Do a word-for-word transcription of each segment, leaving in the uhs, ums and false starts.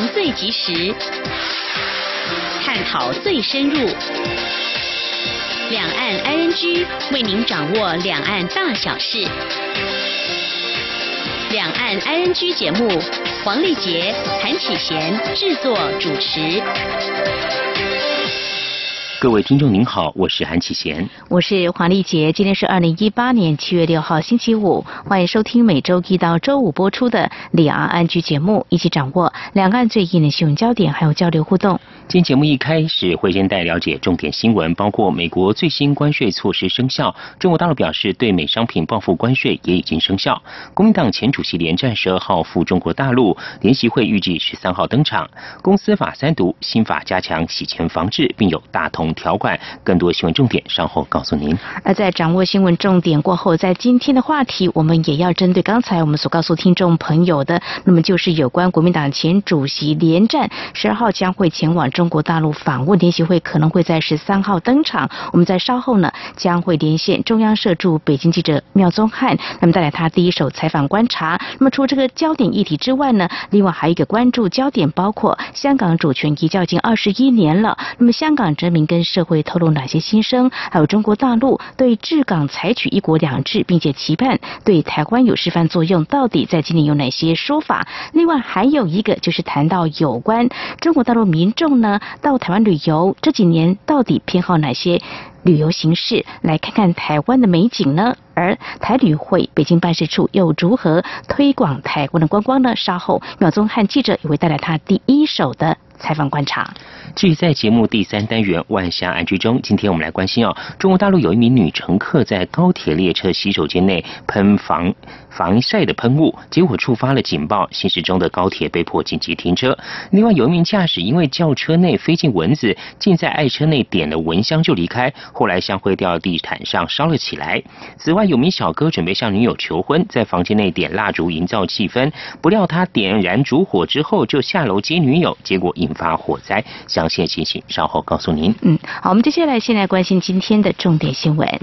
最及时，探讨最深入。两岸 I N G 为您掌握两岸大小事。两岸 I N G 节目，黄丽杰、谭启贤制作主持。 各位听众您好，我是韩启贤， 我是黄丽杰。今天是二零一八年七月六号星期五，欢迎收听每周一到周五播出的两岸 I N G 节目，一起掌握两岸最硬的新闻焦点，还有交流互动。 今天节目一开始会先带了解重点新闻，包括美国最新关税措施生效，中国大陆表示对美商品报复关税也已经生效。国民党前主席连战十二号赴中国大陆，联席会预计十三号登场。公司法三读，新法加强洗钱防治，并有大同条款。更多新闻重点稍后告诉您。 而在掌握新闻重点过后，在今天的话题，我们也要针对刚才我们所告诉听众朋友的，那么就是有关国民党前主席连战十二号将会前往中国大陆访问，联席会可能会在十三号登场。我们在稍后呢将会连线中央社驻北京记者廖宗翰，那么带来他第一手采访观察。那么除了这个焦点议题之外呢，另外还有一个关注焦点，包括香港主权移交已经二十一年了，那么香港人民跟社会透露哪些心声？还有中国大陆对治港采取一国两制，并且期盼对台湾有示范作用，到底在今年有哪些说法？另外还有一个就是谈到有关中国大陆民众呢到台湾旅游，这几年到底偏好哪些旅游形式？来看看台湾的美景呢？而台旅会北京办事处又如何推广台湾的观光呢？稍后廖宗翰记者也会带来他第一手的采访观察。 至于在节目第三单元万象安居中，今天我们来关心哦，中国大陆有一名女乘客在高铁列车洗手间内喷防防晒的喷雾，结果触发了警报，行驶中的高铁被迫紧急停车。另外有一名驾驶因为轿车内飞进蚊子，竟在爱车内点了蚊香就离开，后来香灰掉到地毯上烧了起来。此外有名小哥准备向女友求婚，在房间内点蜡烛营造气氛，不料他点燃烛火之后就下楼接女友，结果引发火灾。详细情形稍后告诉您。 嗯，好，我们接下来先来关心今天的重点新闻。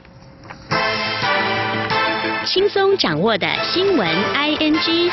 轻松掌握的新闻 I N G。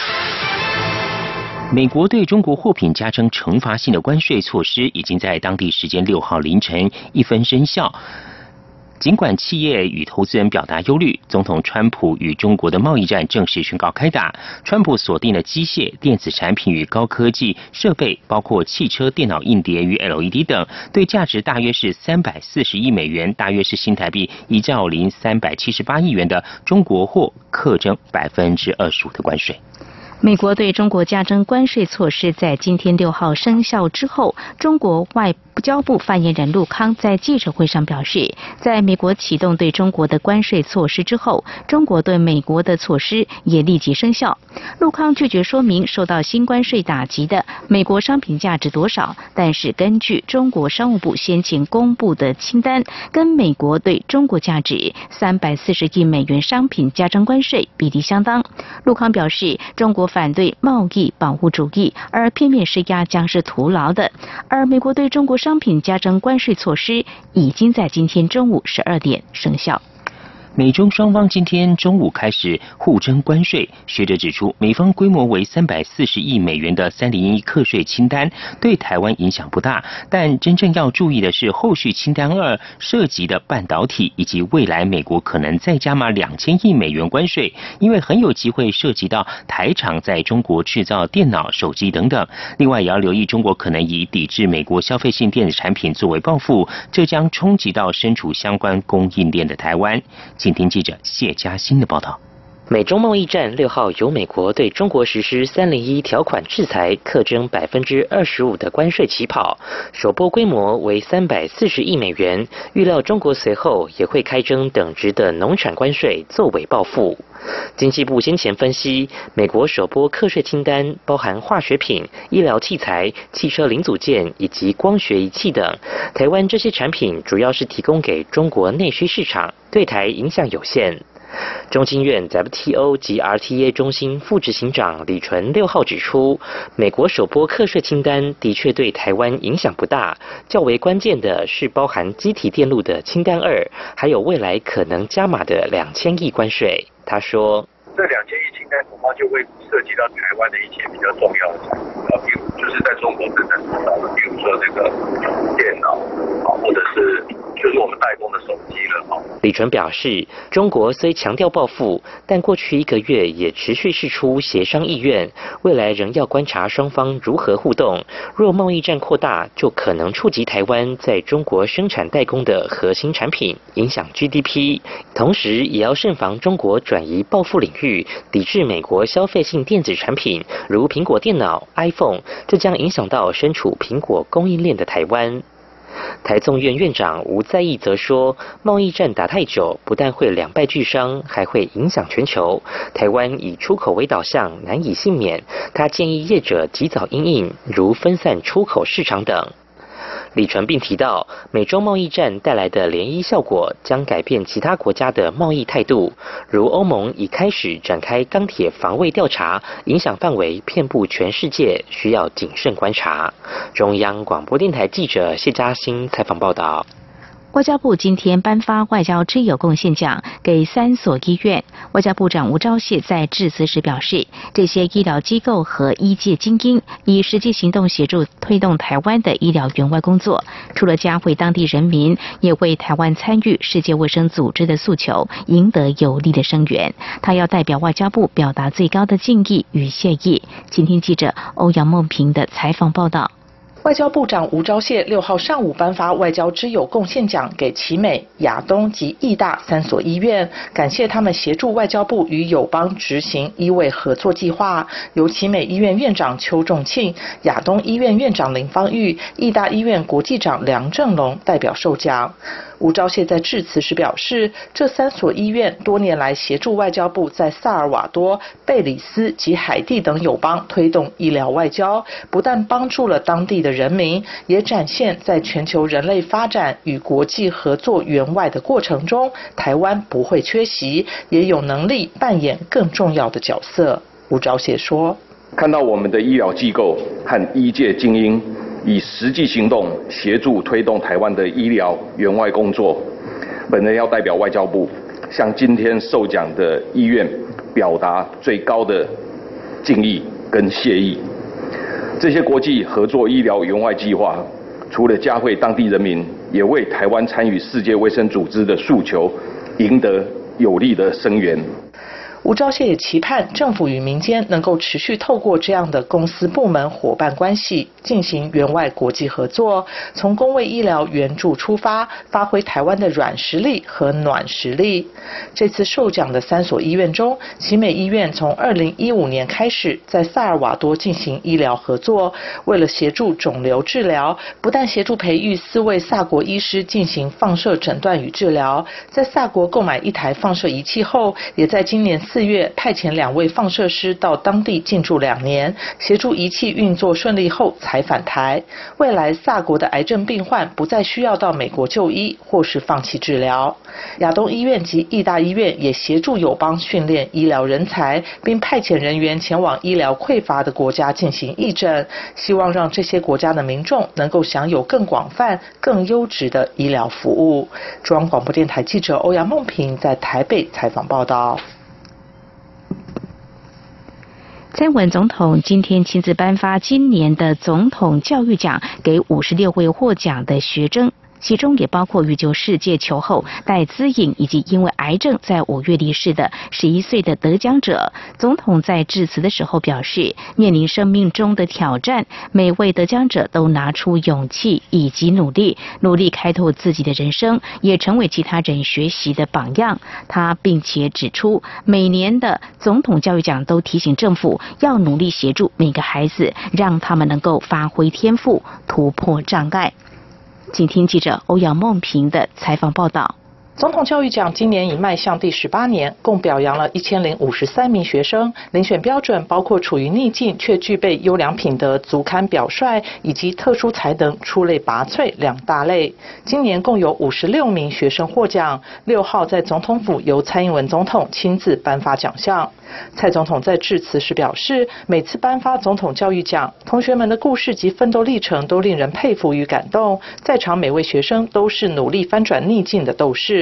美国对中国货品加征惩罚性的关税措施，已经在当地时间六号凌晨一分生效。尽管企业与投资人表达忧虑，总统川普与中国的贸易战正式宣告开打。川普锁定了机械、电子产品与高科技设备，包括汽车、电脑、硬碟与 L E D 等，对价值大约是三百四十亿美元，大约是新台币一兆零三百七十八亿元的中国货课征百分之二十五的关税。 美国对中国加征关税措施在今天六号生效之后，中国外交部发言人陆康在记者会上表示，在美国启动对中国的关税措施之后，中国对美国的措施也立即生效。陆康拒绝说明受到新关税打击的美国商品价值多少，但是根据中国商务部先前公布的清单，跟美国对中国价值三百四十亿美元商品加征关税比例相当。陆康表示，中国反对贸易保护主义，而片面施压将是徒劳的。而美国对中国商品加征关税措施已经在今天中午十二点生效。 美中双方今天中午开始互征关税。学者指出，美方规模为三百四十亿美元的三零一课税清单对台湾影响不大，但真正要注意的是后续清单二涉及的半导体，以及未来美国可能再加码两千亿美元关税，因为很有机会涉及到台厂在中国制造电脑、手机等等。另外也要留意，中国可能以抵制美国消费性电子产品作为报复，这将冲击到身处相关供应链的台湾。请听记者谢嘉欣的报道。 美中贸易战六号由美国对中国实施三零一条款制裁，课征百分之二十五的关税起跑，首波规模为三百四十亿美元。预料中国随后也会开征等值的农产关税作为报复。经济部先前分析，美国首波课税清单包含化学品、医疗器材、汽车零组件以及光学仪器等。台湾这些产品主要是提供给中国内需市场，对台影响有限。中经院 W T O 及 R T A 中心副执行长李纯六号指出，美国首波课税清单的确对台湾影响不大，较为关键的是包含机体电路的清单二，还有未来可能加码的两千亿关税。他说。 这两千亿清单恐怕就会涉及到台湾的一些比较重要的产品啊，比如就是在中国生产制造的，比如说这个电脑啊，或者是就是我们代工的手机了哈。 李纯表示，中国虽强调报复，但过去一个月也持续释出协商意愿，未来仍要观察双方如何互动。若贸易战扩大，就可能触及台湾在中国生产代工的核心产品，影响 G D P。同时，也要慎防中国转移报复领域，抵制美国消费性电子产品，如苹果电脑、iPhone， 这将影响到身处苹果供应链的台湾。台综院院长吴在义则说，贸易战打太久，不但会两败俱伤，还会影响全球。台湾以出口为导向，难以幸免。他建议业者及早因应，如分散出口市场等。李纯并提到，美中贸易战带来的涟漪效果将改变其他国家的贸易态度，如欧盟已开始展开钢铁防卫调查，影响范围遍布全世界，需要谨慎观察。中央广播电台记者谢嘉欣采访报道。 外交部今天颁发外交之友贡献奖给三所医院。外交部长吴钊燮在致辞时表示，这些医疗机构和医界精英以实际行动协助推动台湾的医疗援外工作，除了嘉惠当地人民，也为台湾参与世界卫生组织的诉求赢得有力的声援。他要代表外交部表达最高的敬意与谢意。请听记者欧阳梦平的采访报道。 外交部长吴钊燮六号上午颁发外交之友贡献奖给奇美、亚东及义大三所医院，感谢他们协助外交部与友邦执行医卫合作计划。由奇美医院院长邱仲庆、亚东医院院长林芳玉、义大医院国际长梁正龙代表受奖。吴钊燮在致辞时表示，这三所医院多年来协助外交部在萨尔瓦多、贝里斯及海地等友邦推动医疗外交，不但帮助了当地的人民，也展现在全球人类发展与国际合作援外的过程中，台湾不会缺席，也有能力扮演更重要的角色。吴钊燮说：“ 看到我们的医疗机构和医界精英以实际行动协助推动台湾的医疗援外工作，本人要代表外交部向今天受奖的医院表达最高的敬意跟谢意。这些国际合作医疗援外计划，除了嘉惠当地人民，也为台湾参与世界卫生组织的诉求赢得有力的声援。” 吴钊燮也期盼政府与民间能够持续透过这样的公司部门伙伴关系，进行援外国际合作，从公卫医疗援助出发，发挥台湾的软实力和暖实力。这次受奖的三所医院中，奇美医院从二零一五年开始在萨尔瓦多进行医疗合作，为了协助肿瘤治疗，不但协助培育四位萨国医师进行放射诊断与治疗，在萨国购买一台放射仪器后，也在今年四月派遣两位放射师到当地进驻两年，协助仪器运作顺利后才返台。未来萨国的癌症病患不再需要到美国就医或是放弃治疗。亚东医院及义大医院也协助友邦训练医疗人才，并派遣人员前往医疗匮乏的国家进行义诊，希望让这些国家的民众能够享有更广泛、更优质的医疗服务。中央广播电台记者欧阳梦平在台北采访报道。 蔡英文总统今天亲自颁发今年的总统教育奖给五十六位获奖的学生，其中也包括预救世界球后戴资颖以及因为癌症在五月离世的十一岁的得奖者。总统在致辞的时候表示，面临生命中的挑战，每位得奖者都拿出勇气以及努力，努力开拓自己的人生，也成为其他人学习的榜样。他并且指出，每年的总统教育奖都提醒政府要努力协助每个孩子，让他们能够发挥天赋，突破障碍。请听记者欧阳梦平的采访报道。 总统教育奖今年已迈向第十八年，共表扬了一千零五十三名学生，遴选标准包括处于逆境却具备优良品德、足堪表率以及特殊才能出类拔萃两大类。今年共有五十六名学生获奖，六号在总统府由蔡英文总统亲自颁发奖项。蔡总统在致辞时表示，每次颁发总统教育奖，同学们的故事及奋斗历程都令人佩服与感动，在场每位学生都是努力翻转逆境的斗士。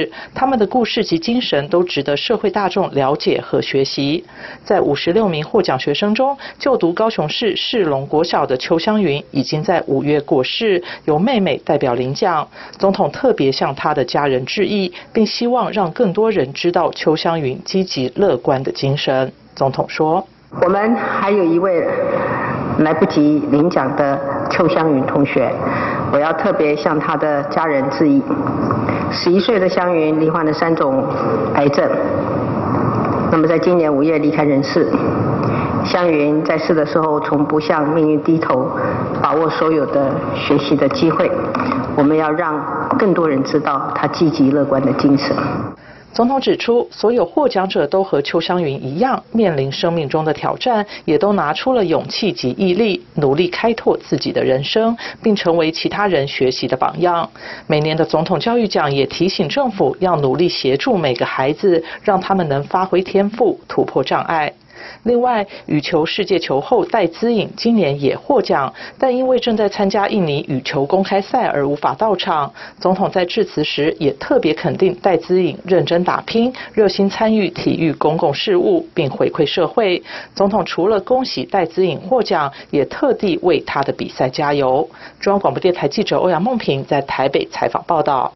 士，他们的故事及精神都值得社会大众了解和学习。在五十六名获奖学生中，就读高雄市世龙国小的邱湘云已经在五月过世，由妹妹代表领奖。总统特别向他的家人致意，并希望让更多人知道邱湘云积极乐观的精神。总统说：“ 我们还有一位来不及领奖的邱湘云同学，我要特别向他的家人致意。十一岁的湘云罹患了三种癌症，那么在今年五月离开人世。湘云在世的时候从不向命运低头，把握所有的学习的机会。我们要让更多人知道他积极乐观的精神。” 总统指出，所有获奖者都和邱湘云一样，面临生命中的挑战，也都拿出了勇气及毅力，努力开拓自己的人生，并成为其他人学习的榜样。每年的总统教育奖也提醒政府要努力协助每个孩子，让他们能发挥天赋，突破障碍。另外，羽球世界球后戴资颖今年也获奖，但因为正在参加印尼羽球公开赛而无法到场。总统在致辞时也特别肯定戴资颖认真打拼，热心参与体育公共事务，并回馈社会。总统除了恭喜戴资颖获奖，也特地为他的比赛加油。中央广播电台记者欧阳梦平在台北采访报道。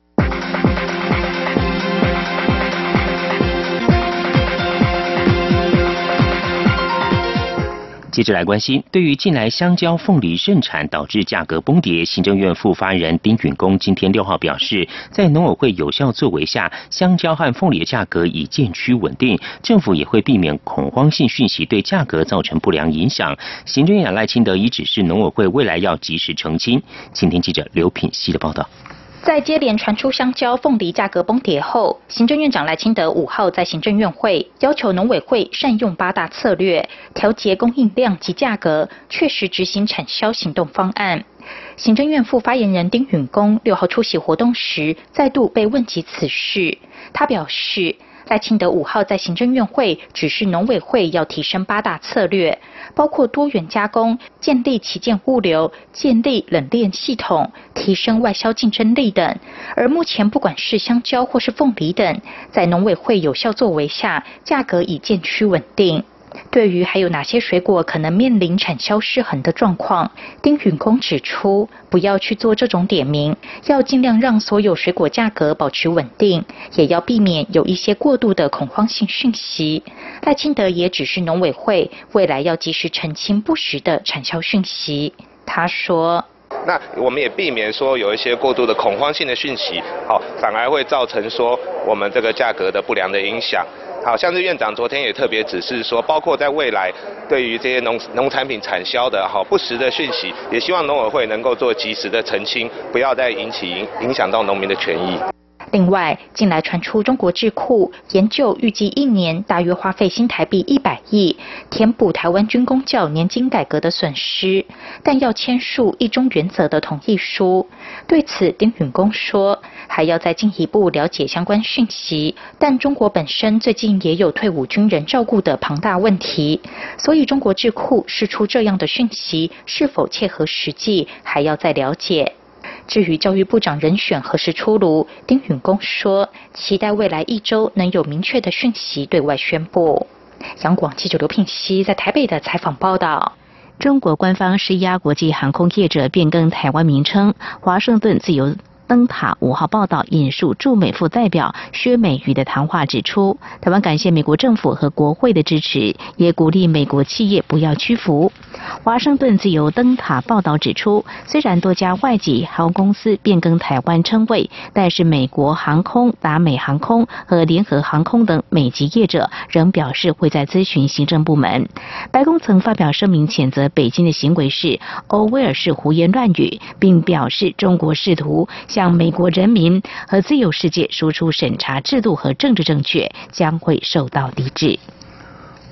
接着来关心，对于近来香蕉、凤梨盛产导致价格崩跌，行政院副发言人丁允恭今天六号表示，在农委会有效作为下，香蕉和凤梨的价格已渐趋稳定，政府也会避免恐慌性讯息对价格造成不良影响。行政院长赖清德已指示农委会未来要及时澄清。请听记者刘品希的报道。 在接连传出香蕉、凤梨价格崩跌后，行政院长赖清德五号在行政院会要求农委会善用八大策略，调节供应量及价格，确实执行产销行动方案。行政院副发言人丁允恭六号出席活动时，再度被问及此事，他表示，赖清德五号在行政院会指示农委会要提升八大策略，包括多元加工、建立旗舰物流、建立冷链系统、提升外销竞争力等。而目前不管是香蕉或是凤梨等，在农委会有效作为下，价格已渐趋稳定。对于还有哪些水果可能面临产销失衡的状况，丁允恭指出，不要去做这种点名，要尽量让所有水果价格保持稳定，也要避免有一些过度的恐慌性讯息。赖清德也指示农委会未来要及时澄清不实的产销讯息。他说， 那我们也避免说有一些过度的恐慌性的讯息，好，反而会造成说我们这个价格的不良的影响。好像是院长昨天也特别指示说，包括在未来对于这些农农产品产销的好不实的讯息，也希望农委会能够做及时的澄清，不要再引起影影响到农民的权益。 另外，近来传出中国智库研究预计一年大约花费新台币一百亿，填补台湾军公教年金改革的损失，但要签署一中原则的同意书。对此，丁允恭说，还要再进一步了解相关讯息，但中国本身最近也有退伍军人照顾的庞大问题，所以中国智库释出这样的讯息是否切合实际，还要再了解。至于教育部长人选何时出炉，丁允恭说，期待未来一周能有明确的讯息对外宣布。央广记者刘品希在台北的采访报道。 中国官方施压国际航空业者变更台湾名称，华盛顿自由灯塔五号报道引述驻美副代表薛美瑜的谈话指出，台湾感谢美国政府和国会的支持，也鼓励美国企业不要屈服。华盛顿自由灯塔报道指出，虽然多家外籍航空公司变更台湾称谓，但是美国航空、达美航空和联合航空等美籍业者仍表示会在咨询行政部门。白宫曾发表声明谴责北京的行为是欧威尔式胡言乱语，并表示中国试图向美国人民和自由世界输出审查制度和政治正确，将会受到抵制。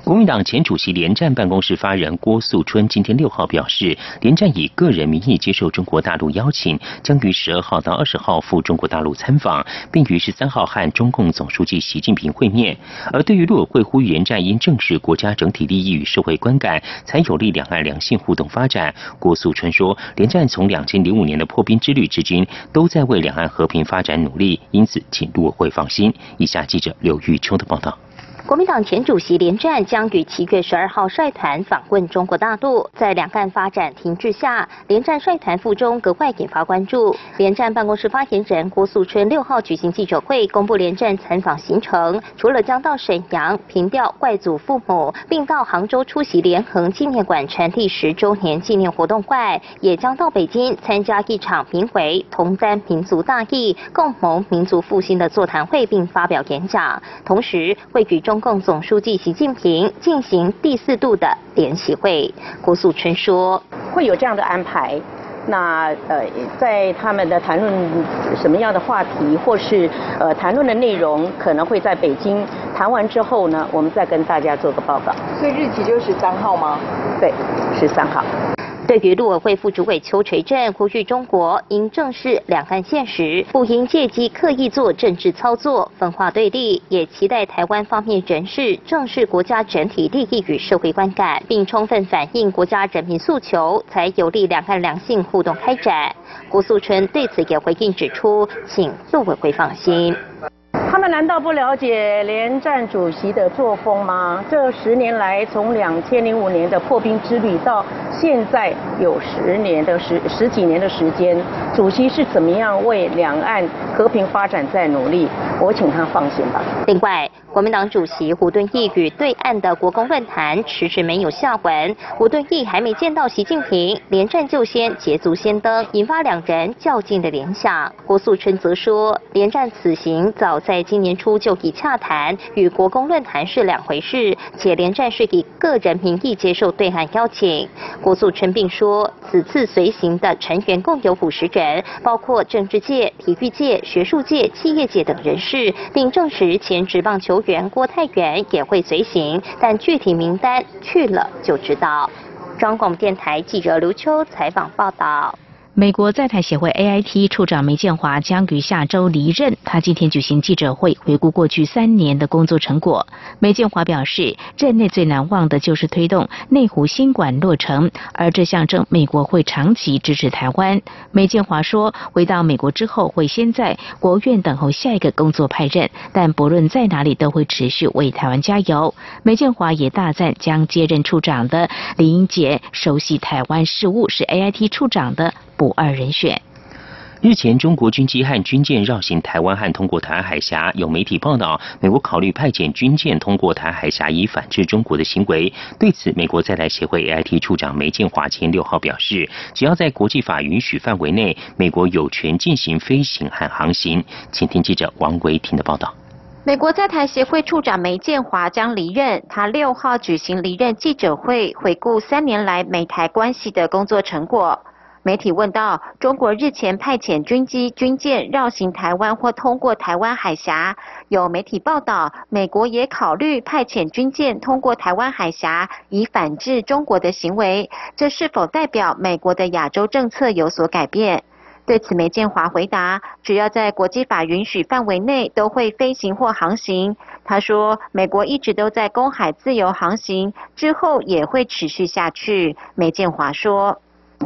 国民党前主席连战办公室发言人郭素春今天六号表示，连战以个人名义接受中国大陆邀请，将于十二号到二十号赴中国大陆参访，并于十三号和中共总书记习近平会面。而对于陆委会呼吁连战应正视国家整体利益与社会观感，才有利两岸良性互动发展，郭素春说，连战从两千零五年的破冰之旅至今，都在为两岸和平发展努力，因此请陆委会放心。以下记者刘玉秋的报道。 国民党前主席连战将于七月十二号率团访问中国大陆，在两岸发展停滞下，连战率团赴中格外引发关注。连战办公室发言人郭素春六号举行记者会，公布连战参访行程，除了将到沈阳凭吊外祖父母，并到杭州出席连横纪念馆成立十周年纪念活动外，也将到北京参加一场名为“同担民族大义，共谋民族复兴”的座谈会，并发表演讲，同时会与中中共总书记习近平进行第四度的联席会。郭素春说， 会有这样的安排。那呃，在他们的谈论什么样的话题，或是呃谈论的内容，可能会在北京谈完之后呢，我们再跟大家做个报告。 所以日期就是十三号吗？ 对，十三号。 对于陆委会副主委邱垂正呼吁中国应正视两岸现实，不应借机刻意做政治操作，分化对立，也期待台湾方面人士正视国家整体利益与社会观感，并充分反映国家人民诉求，才有利两岸良性互动开展。郭素春对此也回应指出，请陆委会放心。 他们难道不了解连战主席的作风吗？这十年来，从两千零五年的破冰之旅到现在有十年的十十几年的时间，主席是怎么样为两岸和平发展在努力？我请他放心吧。 另外，国民党主席胡敦义与对岸的国共论坛迟迟没有下文，胡敦义还没见到习近平，连战就先捷足先登，引发两人较劲的联想。郭素春则说，连战此行早在今年初就已洽谈，与国共论坛是两回事，且连战是以个人名义接受对岸邀请。郭素春并说，此次随行的成员共有五十人，包括政治界、体育界、学术界、企业界等人士，并证实前职棒球员郭泰源也会随行，但具体名单去了就知道。中央广播电台记者刘秋采访报道。 美国在台协会 A I T 处长梅建华将于下周离任。他今天举行记者会，回顾过去三年的工作成果。梅建华表示，任内最难忘的就是推动内湖新馆落成，而这象征美国会长期支持台湾。梅建华说，回到美国之后会先在国务院等候下一个工作派任，但不论在哪里都会持续为台湾加油。梅建华也大赞将接任处长的李英杰熟悉台湾事务，是 A I T 处长的不二人选。 日前，中国军机和军舰绕行台湾和通过台湾海峡，有媒体报道，美国考虑派遣军舰通过台湾海峡以反制中国的行为。对此，美国在台协会 A I T 处长梅建华前六号表示，只要在国际法允许范围内，美国有权进行飞行和航行。请听记者王维婷的报道。 美国在台协会处长梅建华将离任，他六号举行离任记者会，回顾三年来美台关系的工作成果。媒体问到，中国日前派遣军机、军舰绕行台湾或通过台湾海峡，有媒体报道，美国也考虑派遣军舰通过台湾海峡，以反制中国的行为，这是否代表美国的亚洲政策有所改变？对此，梅建华回答，只要在国际法允许范围内，都会飞行或航行。他说，美国一直都在公海自由航行，之后也会持续下去。梅建华说，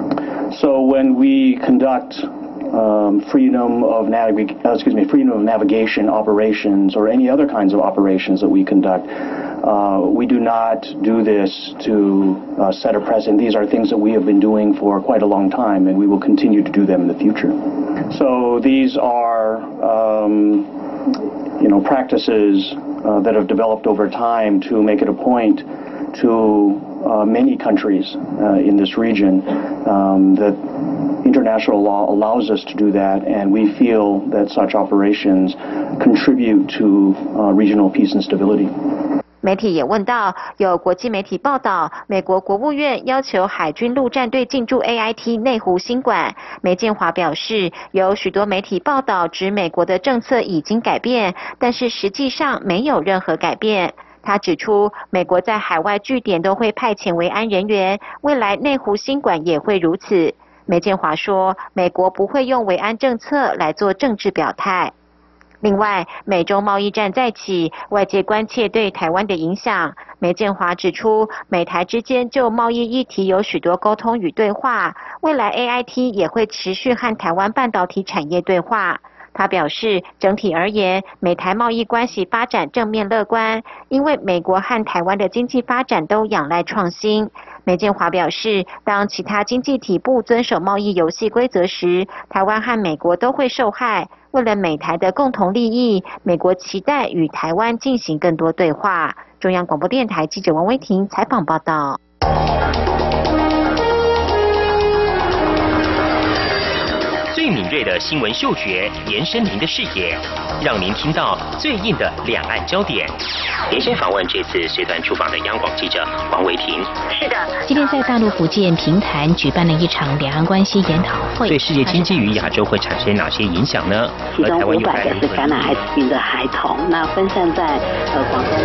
So when we conduct um, freedom of navig uh, excuse me, freedom of navigation operations or any other kinds of operations that we conduct, uh, we do not do this to uh, set a precedent. These are things that we have been doing for quite a long time, and we will continue to do them in the future. So these are, um, you know, practices uh, that have developed over time to make it a point to uh, many countries uh, in this region um, that international law allows us to do that, and we feel that such operations contribute to uh, regional peace and stability. 媒体也问到，有国际媒体报道，美国国务院要求海军陆战队进驻 A I T 内湖新馆。梅建华表示，有许多媒体报道指美国的政策已经改变，但是实际上没有任何改变。 他指出，美国在海外据点都会派遣维安人员，未来内湖新馆也会如此。梅建华说，美国不会用维安政策来做政治表态。另外，美中贸易战再起，外界关切对台湾的影响。梅建华指出，美台之间就贸易议题有许多沟通与对话，未来 A I T 也会持续和台湾半导体产业对话。他表示，整体而言，美台贸易关系发展正面乐观，因为美国和台湾的经济发展都仰赖创新。梅建华表示，当其他经济体不遵守贸易游戏规则时，台湾和美国都会受害。为了美台的共同利益，美国期待与台湾进行更多对话。中央广播电台记者王威婷采访报道。 最敏锐的新闻嗅觉，延伸您的视野，让您听到最硬的两岸焦点。连线访问这次随团出访的央广记者王维婷。 是的，今天在大陆福建平潭举办了一场两岸关系研讨会， 对世界经济与亚洲会产生哪些影响呢？ 其中五百个是感染艾滋病的孩童，那分散在呃广东。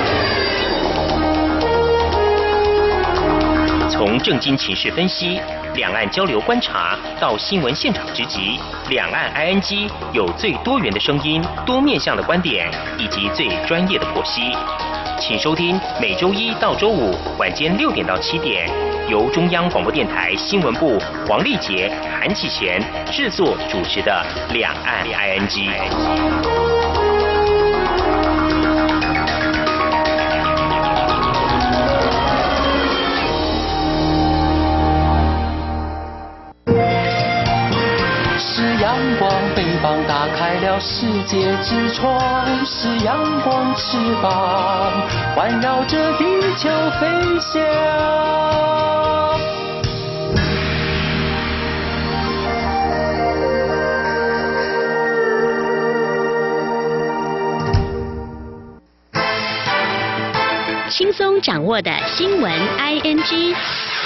从政经情势分析、两岸交流观察到新闻现场直击，两岸 I N G 有最多元的声音、多面向的观点以及最专业的剖析。请收听每周一到周五晚间六点到七点，由中央广播电台新闻部黄丽杰、韩启贤制作主持的《两岸 I N G》。 阳光，北方打开了世界之窗，是阳光翅膀，环绕着地球飞翔。 轻松掌握的新闻 I N G。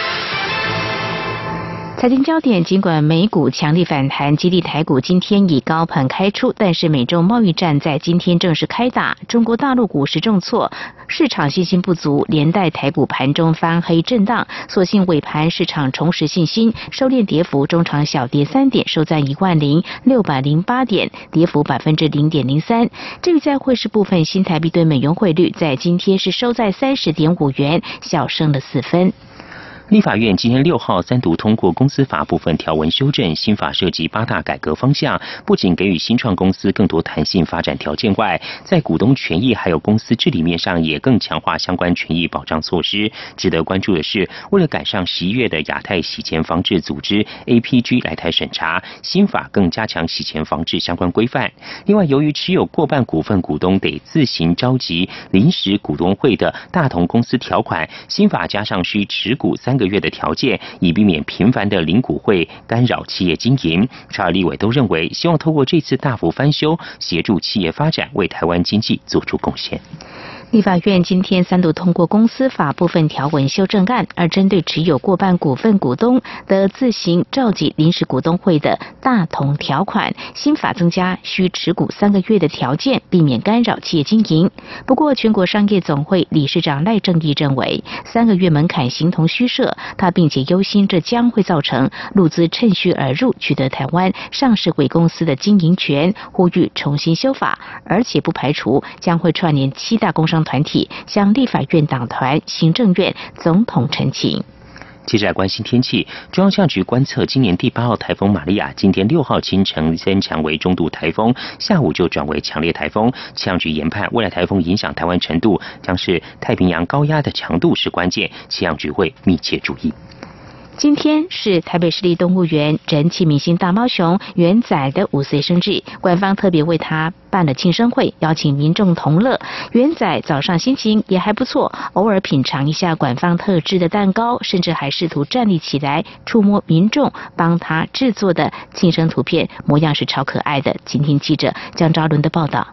财经焦点，尽管美股强力反弹，激励台股今天以高盘开出，但是美中贸易战在今天正式开打，中国大陆股市重挫，市场信心不足，连带台股盘中翻黑震荡，所幸尾盘市场重拾信心，收敛跌幅，中场小跌三点，收在一万零六百零八点，跌幅百分之零点零三。至于在汇市部分，新台币对美元汇率在今天是收在三十点五元，小升了四分。 立法院今天六号三读通过公司法部分条文修正，新法涉及八大改革方向，不仅给予新创公司更多弹性发展条件外，在股东权益还有公司治理面上也更强化相关权益保障措施。值得关注的是，为了赶上十一月的亚太洗钱防治组织 A P G 来台审查，新法更加强洗钱防治相关规范。另外，由于持有过半股份股东得自行召集临时股东会的大同公司条款，新法加上需持股三个月的条件，以避免频繁的领股会干扰企业经营。朝野立委都认为，希望透过这次大幅翻修，协助企业发展，为台湾经济做出贡献。 立法院今天三读通过公司法部分条文修正案，而针对持有过半股份股东得自行召集临时股东会的大同条款，新法增加需持股三个月的条件，避免干扰企业经营。不过，全国商业总会理事长赖正义认为，三个月门槛形同虚设，他并且忧心这将会造成陆资趁虚而入，取得台湾上市柜公司的经营权，呼吁重新修法，而且不排除将会串联七大工商团体向立法院党团、行政院、总统陈情。 接着来关心天气，中央气象局观测今年第八号台风玛利亚，今天六号清晨增强为中度台风，下午就转为强烈台风。气象局研判，未来台风影响台湾程度将是太平洋高压的强度是关键，气象局会密切注意。 今天是台北市立动物园人气明星大猫熊元仔的五岁生日，官方特别为他办了庆生会，邀请民众同乐。元仔早上心情也还不错，偶尔品尝一下馆方特制的蛋糕，甚至还试图站立起来触摸民众帮他制作的庆生图片，模样是超可爱的。今天记者江昭伦的报道。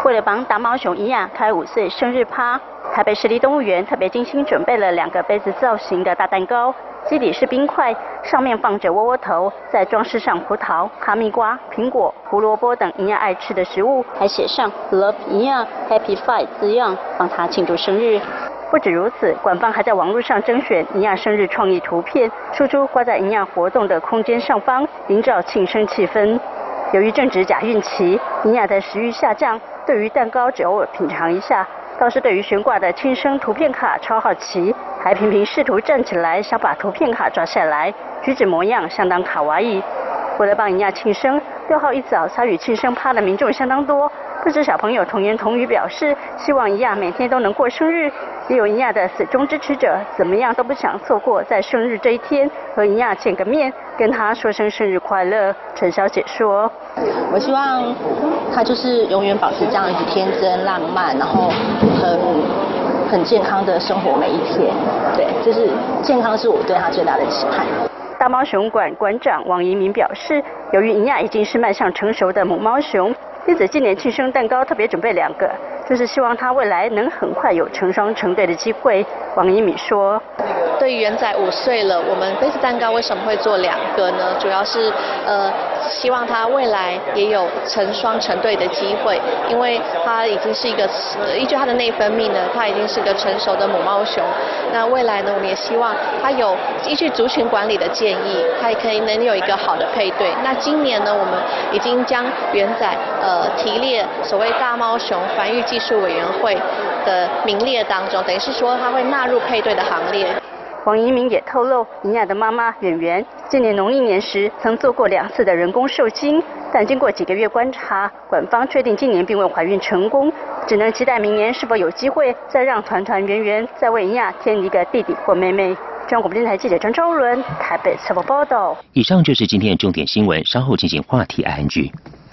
为了帮大猫熊一亚开五岁生日趴，台北市立动物园特别精心准备了两个杯子造型的大蛋糕，基底是冰块，上面放着窝窝头，再装饰上葡萄、哈密瓜、苹果、胡萝卜等一亚爱吃的食物，还写上 Love 一亚 Happy Five 字样，帮他庆祝生日。不止如此，馆方还在网络上甄选一亚生日创意图片，输出挂在一亚活动的空间上方，营造庆生气氛。由于正值假孕期，一亚的食欲下降，对于蛋糕只偶尔品尝一下，倒是对于悬挂的庆生图片卡超好奇，还频频试图站起来想把图片卡抓下来，举止模样相当卡哇伊。为了帮一亚庆生，六号一早参与庆生趴的民众相当多，不少小朋友童言童语表示希望一亚每天都能过生日，也有一亚的死忠支持者怎么样都不想错过在生日这一天和一亚见个面，跟他说声生日快乐。陈小姐说：“ 我希望他就是永远保持这样子天真浪漫，然后很很健康的生活每一天。对，就是健康是我对他最大的期盼。” 大猫熊馆馆长王一鸣表示，由于一亚已经是迈向成熟的母猫熊，因此今年庆生蛋糕特别准备两个，就是希望它未来能很快有成双成对的机会。王一鸣说：“ 对于元仔五岁了，我们杯子蛋糕为什么会做两个呢？主要是呃，希望他未来也有成双成对的机会，因为他已经是一个依据他的内分泌呢，他已经是个成熟的母猫熊。那未来呢，我们也希望他有依据族群管理的建议，他也可以能有一个好的配对。那今年呢，我们已经将元仔呃提列所谓大猫熊繁育技术委员会的名列当中，等于是说他会纳入配对的行列。” 王一鸣也透露，一亚的妈妈圆圆今年农历年时曾做过两次的人工受精，但经过几个月观察，馆方确定今年并未怀孕成功，只能期待明年是否有机会再让团团圆圆再为一亚添一个弟弟或妹妹。中央广播电台记者张昭伦台北采访报道。 以上就是今天的重点新闻，稍后进行话题 I N G。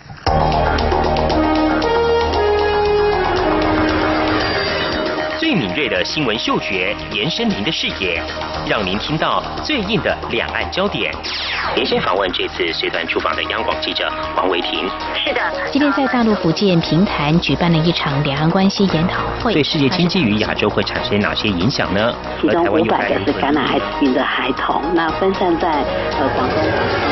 最敏锐的新闻嗅觉，延伸您的视野，让您听到最硬的两岸焦点。连线访问这次随团出访的央广记者黄维婷。 是的，今天在大陆福建平潭举办了一场两岸关系研讨会。 对世界经济与亚洲会产生哪些影响呢？ 其中五百个是感染艾滋病的孩童，那分散在呃广东。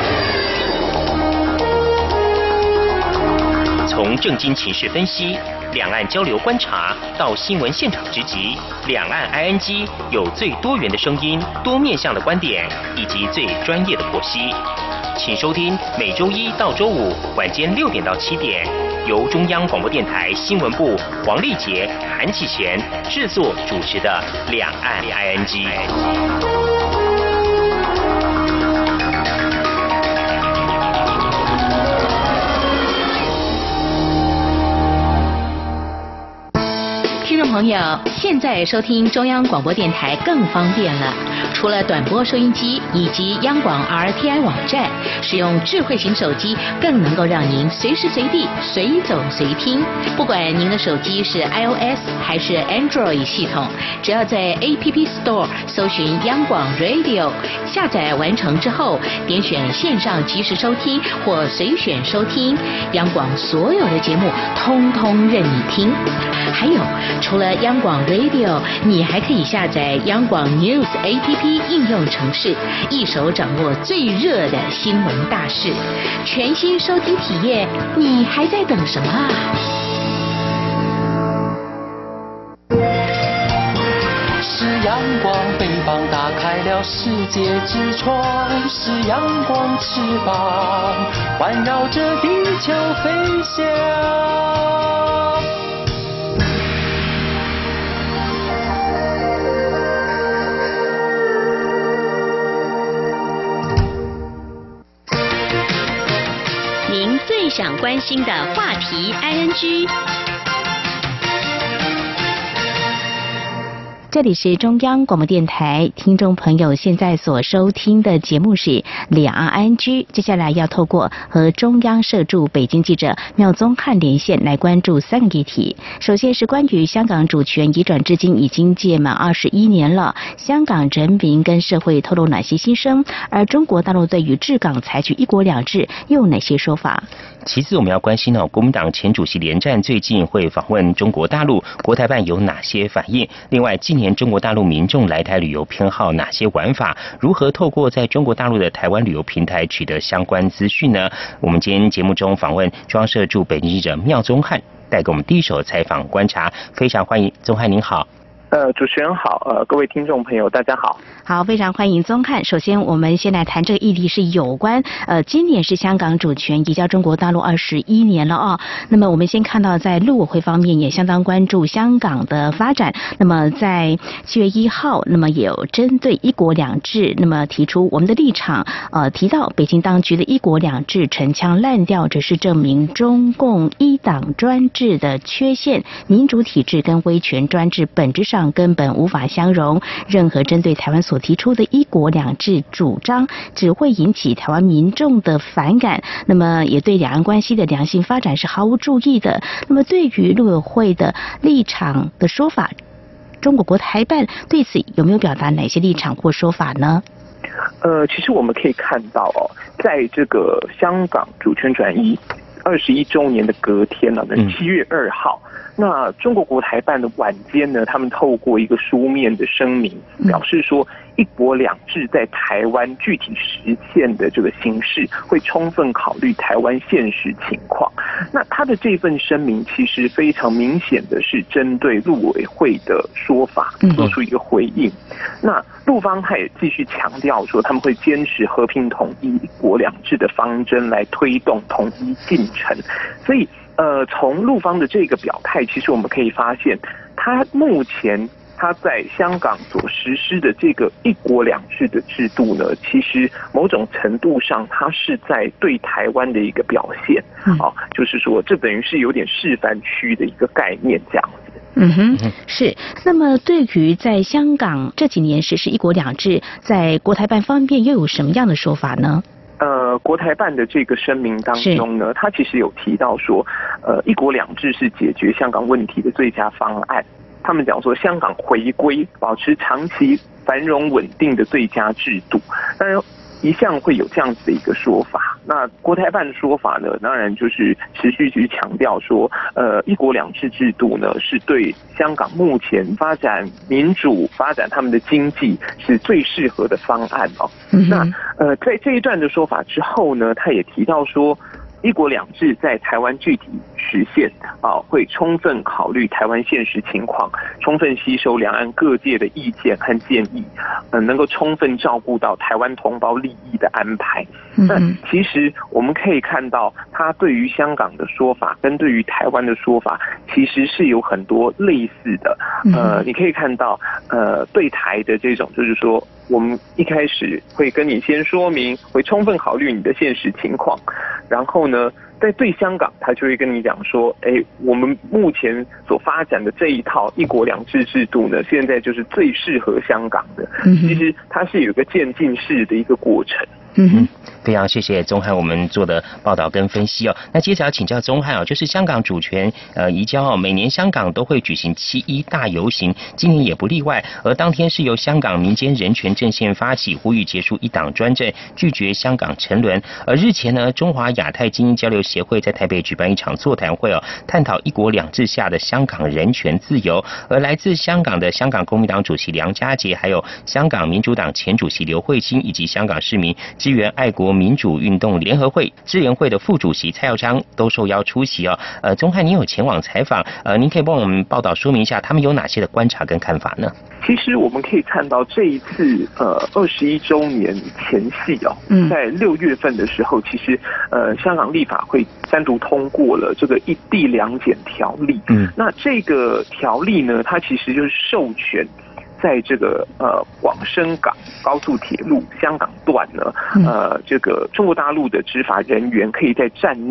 从政经情势分析、两岸交流观察到新闻现场直击，两岸 I N G 有最多元的声音、多面向的观点以及最专业的剖析。请收听每周一到周五晚间六点到七点，由中央广播电台新闻部黄丽杰、韩启贤制作主持的《两岸 I N G》。 听众朋友，现在收听中央广播电台更方便了。除了短波收音机以及央广 R T I 网站，使用智慧型手机更能够让您随时随地随走随听。不管您的手机是 iOS 还是 Android 系统，只要在 A P P Store 搜寻央广 Radio， 下载完成之后，点选线上即时收听或随选收听，央广所有的节目通通任你听。还有，除了央广 Radio， 你还可以下载央广 News A P P 应用程式，一手掌握最热的新闻大事，全新收听体验，你还在等什么啊？ 是阳光，翅膀打开了世界之窗，是阳光翅膀环绕着地球飞翔。 您最想关心的话题 I N G。 这里是中央广播电台，听众朋友现在所收听的节目是两岸 I N G。接下来要透过和中央社驻北京记者廖宗翰连线来关注三个议题。首先是关于香港主权移转至今已经届满二十一年了，香港人民跟社会透露哪些心声？而中国大陆对于治港采取一国两制又有哪些说法？ 其次，我们要关心哦，国民党前主席连战最近会访问中国大陆，国台办有哪些反应？另外，今年中国大陆民众来台旅游偏好哪些玩法？如何透过在中国大陆的台湾旅游平台取得相关资讯呢？我们今天节目中访问中央社驻北京记者廖宗翰，带给我们第一手采访观察，非常欢迎宗翰，您好。 呃，主持人好，呃，各位听众朋友，大家好。 好，非常欢迎宗翰。首先，我们先来谈这个议题，是有关呃，今年是香港主权移交中国大陆二十一年了哦。那么，我们先看到在陆委会方面也相当关注香港的发展。那么，在七月一号，那么也有针对一国两制，那么提出我们的立场。呃，提到北京当局的一国两制陈腔滥调，只是证明中共一党专制的缺陷，民主体制跟威权专制本质上根本无法相容，任何针对台湾所提出的一国两制主张只会引起台湾民众的反感，那么也对两岸关系的良性发展是毫无注意的。那么对于陆委会的立场的说法，中国国台办对此有没有表达哪些立场或说法呢？ 呃，其实我们可以看到哦，在这个香港主权转移二十一周年的隔天呢，那七月二号。那中国国台办的晚间呢，他们透过一个书面的声明，表示说一国两制在台湾具体实现的这个形式，会充分考虑台湾现实情况。那他的这份声明其实非常明显的是针对陆委会的说法做出一个回应。那陆方他也继续强调说，他们会坚持和平统一、一国两制的方针来推动统一进程。所以呃，从陆方的这个表态，其实我们可以发现，他目前他在香港所实施的这个一国两制的制度呢，其实某种程度上，它是在对台湾的一个表现，啊，就是说，这等于是有点示范区的一个概念这样子。 嗯哼，是。那么，对于在香港这几年实施一国两制，在国台办方面又有什么样的说法呢？ 呃，国台办的这个声明当中呢，他其实有提到说，呃，一国两制是解决香港问题的最佳方案。他们讲说，香港回归保持长期繁荣稳定的最佳制度，当然一向会有这样子的一个说法。那国台办的说法呢，当然就是持续去强调说，呃，一国两制制度呢，是对香港目前发展民主、发展他们的经济是最适合的方案哦。嗯、那呃，在这一段的说法之后呢，他也提到说，一国两制在台湾具体实现啊，会充分考虑台湾现实情况，充分吸收两岸各界的意见和建议，嗯、呃，能够充分照顾到台湾同胞利益的安排。那其实我们可以看到，他对于香港的说法跟对于台湾的说法，其实是有很多类似的。呃，你可以看到，呃，对台的这种就是说，我们一开始会跟你先说明，会充分考虑你的现实情况，然后呢，在对香港，他就会跟你讲说，哎，我们目前所发展的这一套一国两制制度呢，现在就是最适合香港的。其实它是有一个渐进式的一个过程。 嗯哼，非常谢谢宗翰我们做的报道跟分析哦。那接着要请教宗翰哦，就是香港主权呃移交哦，每年香港都会举行七一大游行，今年也不例外。而当天是由香港民间人权阵线发起，呼吁结束一党专政，拒绝香港沉沦。而日前呢，中华亚太精英交流协会在台北举办一场座谈会哦，探讨一国两制下的香港人权自由。而来自香港的香港公民党主席梁家杰，还有香港民主党前主席刘慧卿，以及香港市民支援爱国民主运动联合会支联会的副主席蔡耀昌都受邀出席哦。呃，宗翰，您有前往采访，呃，您可以帮我们报道说明一下，他们有哪些的观察跟看法呢？ 其实我们可以看到这一次呃二十一周年前夕哦，在六月份的时候，其实呃香港立法会单独通过了这个一地两检条例。嗯，那这个条例呢，它其实就是授权。在这个呃广深港高速铁路香港段呢，呃，这个中国大陆的执法人员可以在站内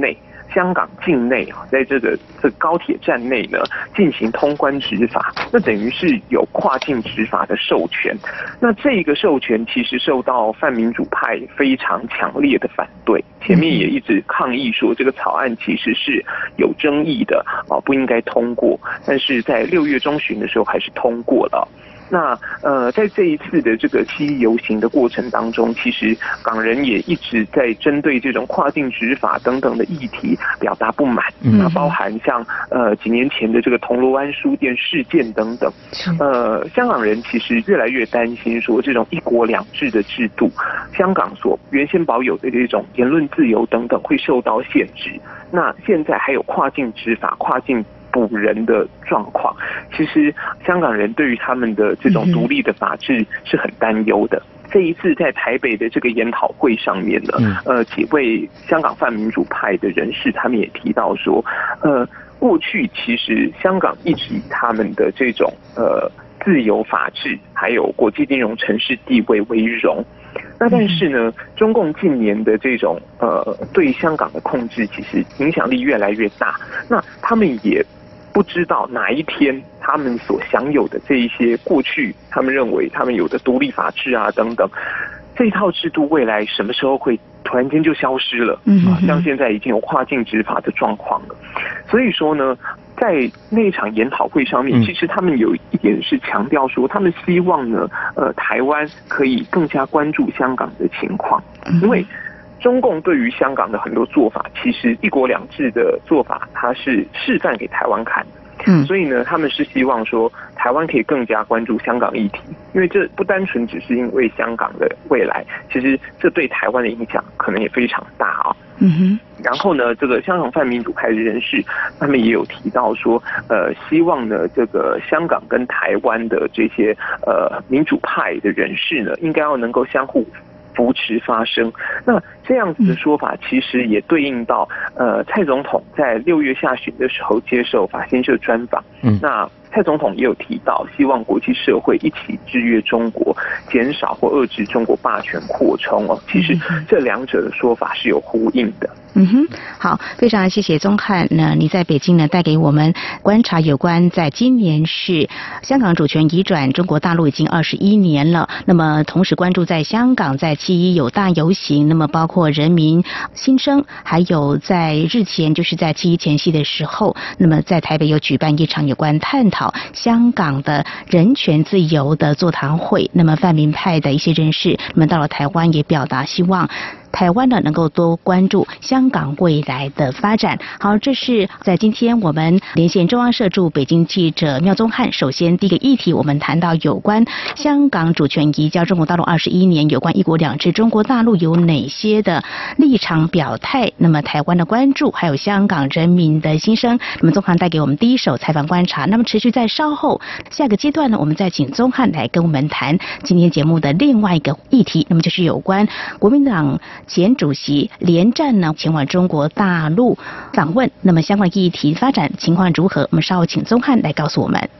香港境内啊，在这个这个高铁站内呢进行通关执法，那等于是有跨境执法的授权。那这个授权其实受到泛民主派非常强烈的反对，前面也一直抗议说这个草案其实是有争议的啊，不应该通过。但是在六月中旬的时候还是通过了。那呃，在这一次的这个七一游行的过程当中，其实港人也一直在针对这种跨境执法等等的议题表达不满。嗯，那包含像呃几年前的这个铜锣湾书店事件等等。呃，香港人其实越来越担心说，这种一国两制的制度，香港所原先保有的这种言论自由等等会受到限制。那现在还有跨境执法、跨境捕人的状况，其实香港人对于他们的这种独立的法治是很担忧的。这一次在台北的这个研讨会上面呢，呃，几位香港泛民主派的人士，他们也提到说，呃，过去其实香港一直以他们的这种呃自由法治，还有国际金融城市地位为荣。那但是呢，中共近年的这种呃对香港的控制，其实影响力越来越大。那他们也不知道哪一天他们所享有的这一些过去他们认为他们有的独立法治啊等等，这一套制度未来什么时候会突然间就消失了？嗯，啊，像现在已经有跨境执法的状况了。所以说呢，在那一场研讨会上面，其实他们有一点是强调说，他们希望呢，呃，台湾可以更加关注香港的情况，因为中共对于香港的很多做法，其实一国两制的做法，它是示范给台湾看的。嗯，所以呢，他们是希望说台湾可以更加关注香港议题，因为这不单纯只是因为香港的未来，其实这对台湾的影响可能也非常大啊。嗯哼。然后呢，这个香港泛民主派的人士，他们也有提到说，呃，希望呢，这个香港跟台湾的这些呃民主派的人士呢，应该要能够相互扶持发声。那这样子的说法，其实也对应到呃蔡总统在六月下旬的时候接受法新社专访。嗯，那蔡总统也有提到，希望国际社会一起制约中国，减少或遏制中国霸权扩充哦。其实这两者的说法是有呼应的。 嗯哼，好，非常谢谢宗翰呢，你在北京呢带给我们观察有关在今年是香港主权移转中国大陆已经二十一年了，那么同时关注在香港在七一有大游行，那么包括人民心声，还有在日前就是在七一前夕的时候，那么在台北有举办一场有关探讨香港的人权自由的座谈会，那么泛民派的一些人士，那么到了台湾也表达希望台湾呢能够多关注香港未来的发展。好，这是在今天我们连线中央社驻北京记者廖宗翰。首先第一个议题，我们谈到有关香港主权移交中国大陆二十一年，有关一国两制，中国大陆有哪些的立场表态？那么台湾的关注，还有香港人民的心声。那么宗翰带给我们第一手采访观察。那么持续在稍后下个阶段呢，我们再请宗翰来跟我们谈今天节目的另外一个议题，那么就是有关国民党前主席连战呢前往中国大陆访问，那么相关议题发展情况如何？我们稍后请宗翰来告诉我们。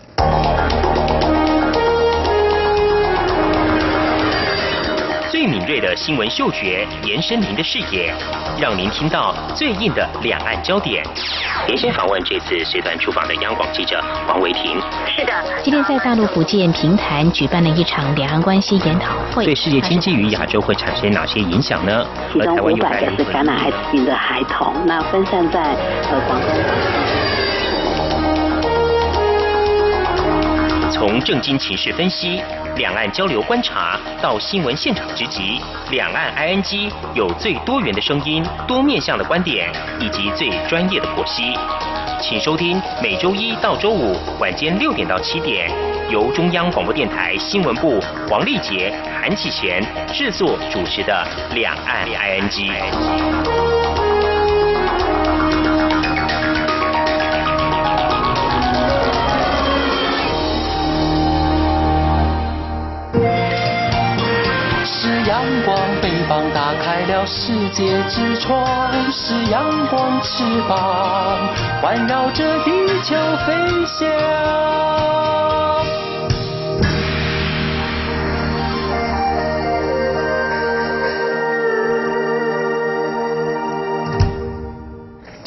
最敏锐的新闻嗅觉，延伸您的视野，让您听到最硬的两岸焦点。连线访问这次随团出访的央广记者王维婷。 是的，今天在大陆福建平潭举办了一场两岸关系研讨会， 对世界经济与亚洲会产生哪些影响呢？ 其中五百个是感染艾滋病的孩童，那分散在呃广东。 从政经情势分析、两岸交流观察到新闻现场直击，两岸 I N G 有最多元的声音、多面向的观点以及最专业的剖析。请收听每周一到周五晚间六点到七点，由中央广播电台新闻部黄丽杰、韩启贤制作主持的《两岸 I N G》。 阳光北方打开了世界之窗，是阳光翅膀环绕着地球飞翔。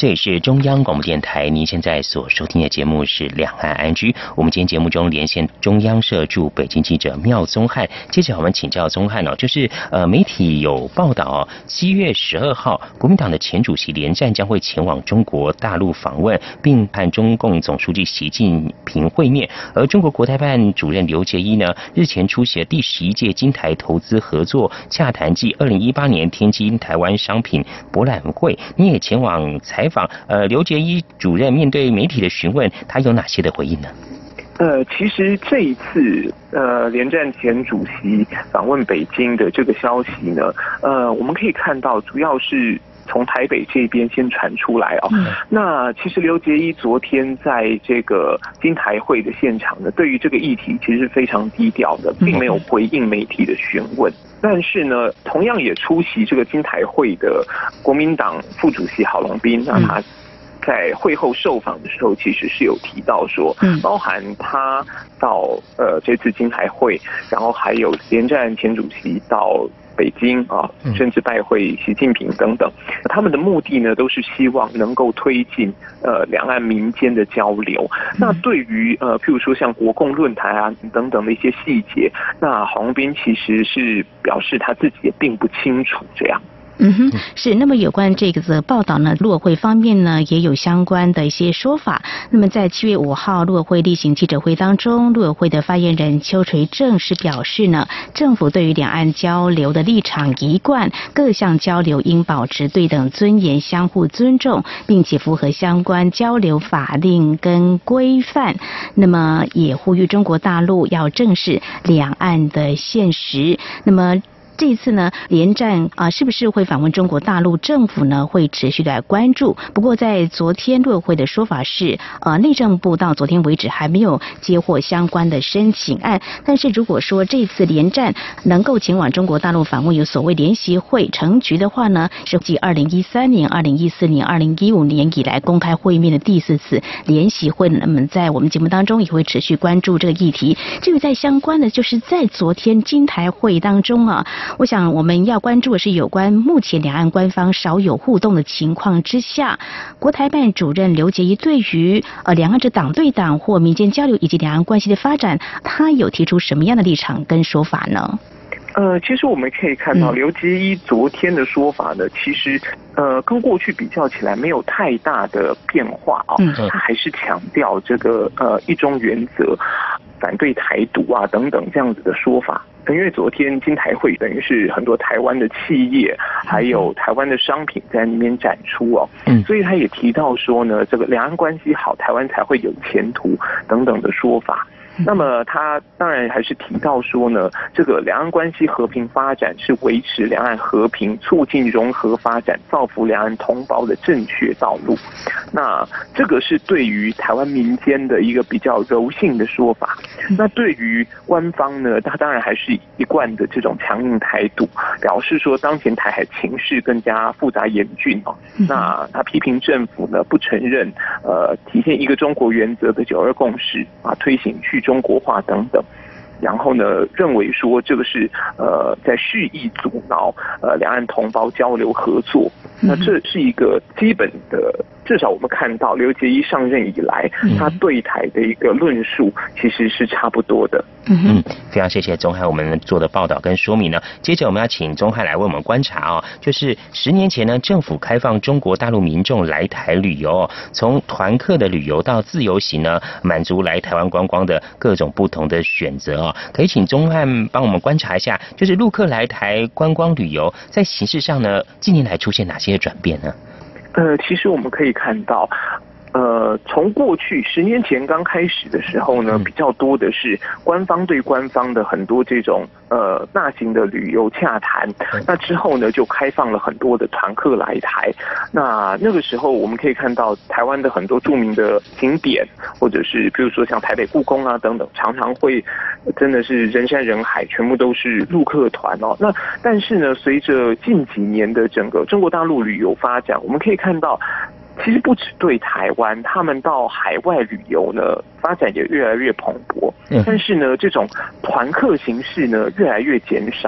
这里是中央广播电台，您现在所收听的节目是《两岸安居》。我们今天节目中连线中央社驻北京记者廖宗翰。接着我们请教宗翰哦，就是呃媒体有报道哦，七月十二号，国民党的前主席连战将会前往中国大陆访问，并和中共总书记习近平会面。而中国国台办主任刘捷一呢，日前出席了第十一届金台投资合作洽谈暨二零一八年天津台湾商品博览会，你也前往采访。呃，刘捷一主任面对媒体的询问，他有哪些的回应呢？ 呃，其实这一次呃，连战前主席访问北京的这个消息呢，呃，我们可以看到，主要是从台北这边先传出来哦。嗯、那其实刘捷一昨天在这个金台会的现场呢，对于这个议题其实是非常低调的，并没有回应媒体的询问。但是呢，同样也出席这个金台会的国民党副主席郝龙斌，那他在会后受访的时候，其实是有提到说，包含他到呃这次金台会，然后还有连战前主席到北京啊，甚至拜会习近平等等，他们的目的呢，都是希望能够推进呃两岸民间的交流。那对于呃譬如说像国共论坛啊等等的一些细节，那郝龙斌其实是表示他自己也并不清楚这样。 嗯哼，是。那么有关这个的报道呢，陆委会方面呢也有相关的一些说法。那么在七月五号陆委会例行记者会当中，陆委会的发言人邱垂正是表示呢，政府对于两岸交流的立场一贯，各项交流应保持对等尊严、相互尊重，并且符合相关交流法令跟规范。那么也呼吁中国大陆要正视两岸的现实。那么这一次呢，连战啊、呃，是不是会访问中国大陆？政府呢会持续的来关注。不过在昨天陆委会的说法是，呃，内政部到昨天为止还没有接获相关的申请案。但是如果说这次连战能够前往中国大陆访问，有所谓联席会成局的话呢，是继二零一三年、二零一四年、二零一五年以来公开会面的第四次联席会。那么在我们节目当中也会持续关注这个议题。至于在相关的，就是在昨天金台会当中啊。我想我们要关注的是有关目前两岸官方少有互动的情况之下，国台办主任刘捷一对于呃两岸的党对党或民间交流以及两岸关系的发展，他有提出什么样的立场跟说法呢？ 呃，其实我们可以看到，刘捷一昨天的说法呢，其实呃跟过去比较起来没有太大的变化啊、哦，嗯、他还是强调这个呃一中原则，反对台独啊等等这样子的说法。因为昨天金台会等于是很多台湾的企业还有台湾的商品在那边展出哦，嗯，所以他也提到说呢，这个两岸关系好，台湾才会有前途等等的说法。那么他当然还是提到说呢，这个两岸关系和平发展是维持两岸和平、促进融合发展、造福两岸同胞的正确道路。那这个是对于台湾民间的一个比较柔性的说法。那对于官方呢，他当然还是一贯的这种强硬态度，表示说当前台海情势更加复杂严峻哦。那他批评政府呢不承认呃体现一个中国原则的九二共识啊，推行去中国化等等。然后呢，认为说这个是呃在蓄意阻挠呃两岸同胞交流合作，那这是一个基本的，至少我们看到刘捷一上任以来，他对台的一个论述其实是差不多的。 嗯，非常谢谢宗翰我们做的报道跟说明呢。接着我们要请宗翰来为我们观察哦，就是十年前呢，政府开放中国大陆民众来台旅游、哦，从团客的旅游到自由行呢，满足来台湾观光的各种不同的选择哦。可以请宗翰帮我们观察一下，就是陆客来台观光旅游在形式上呢，近年来出现哪些转变呢？ 呃，其实我们可以看到。呃，从过去十年前刚开始的时候呢，比较多的是官方对官方的很多这种呃大型的旅游洽谈。那之后呢，就开放了很多的团客来台。那那个时候我们可以看到台湾的很多著名的景点，或者是比如说像台北故宫啊等等，常常会真的是人山人海，全部都是陆客团哦。那但是呢，随着近几年的整个中国大陆旅游发展，我们可以看到。其实不只对台湾，他们到海外旅游呢，发展也越来越蓬勃。但是呢，这种团客形式呢，越来越减少。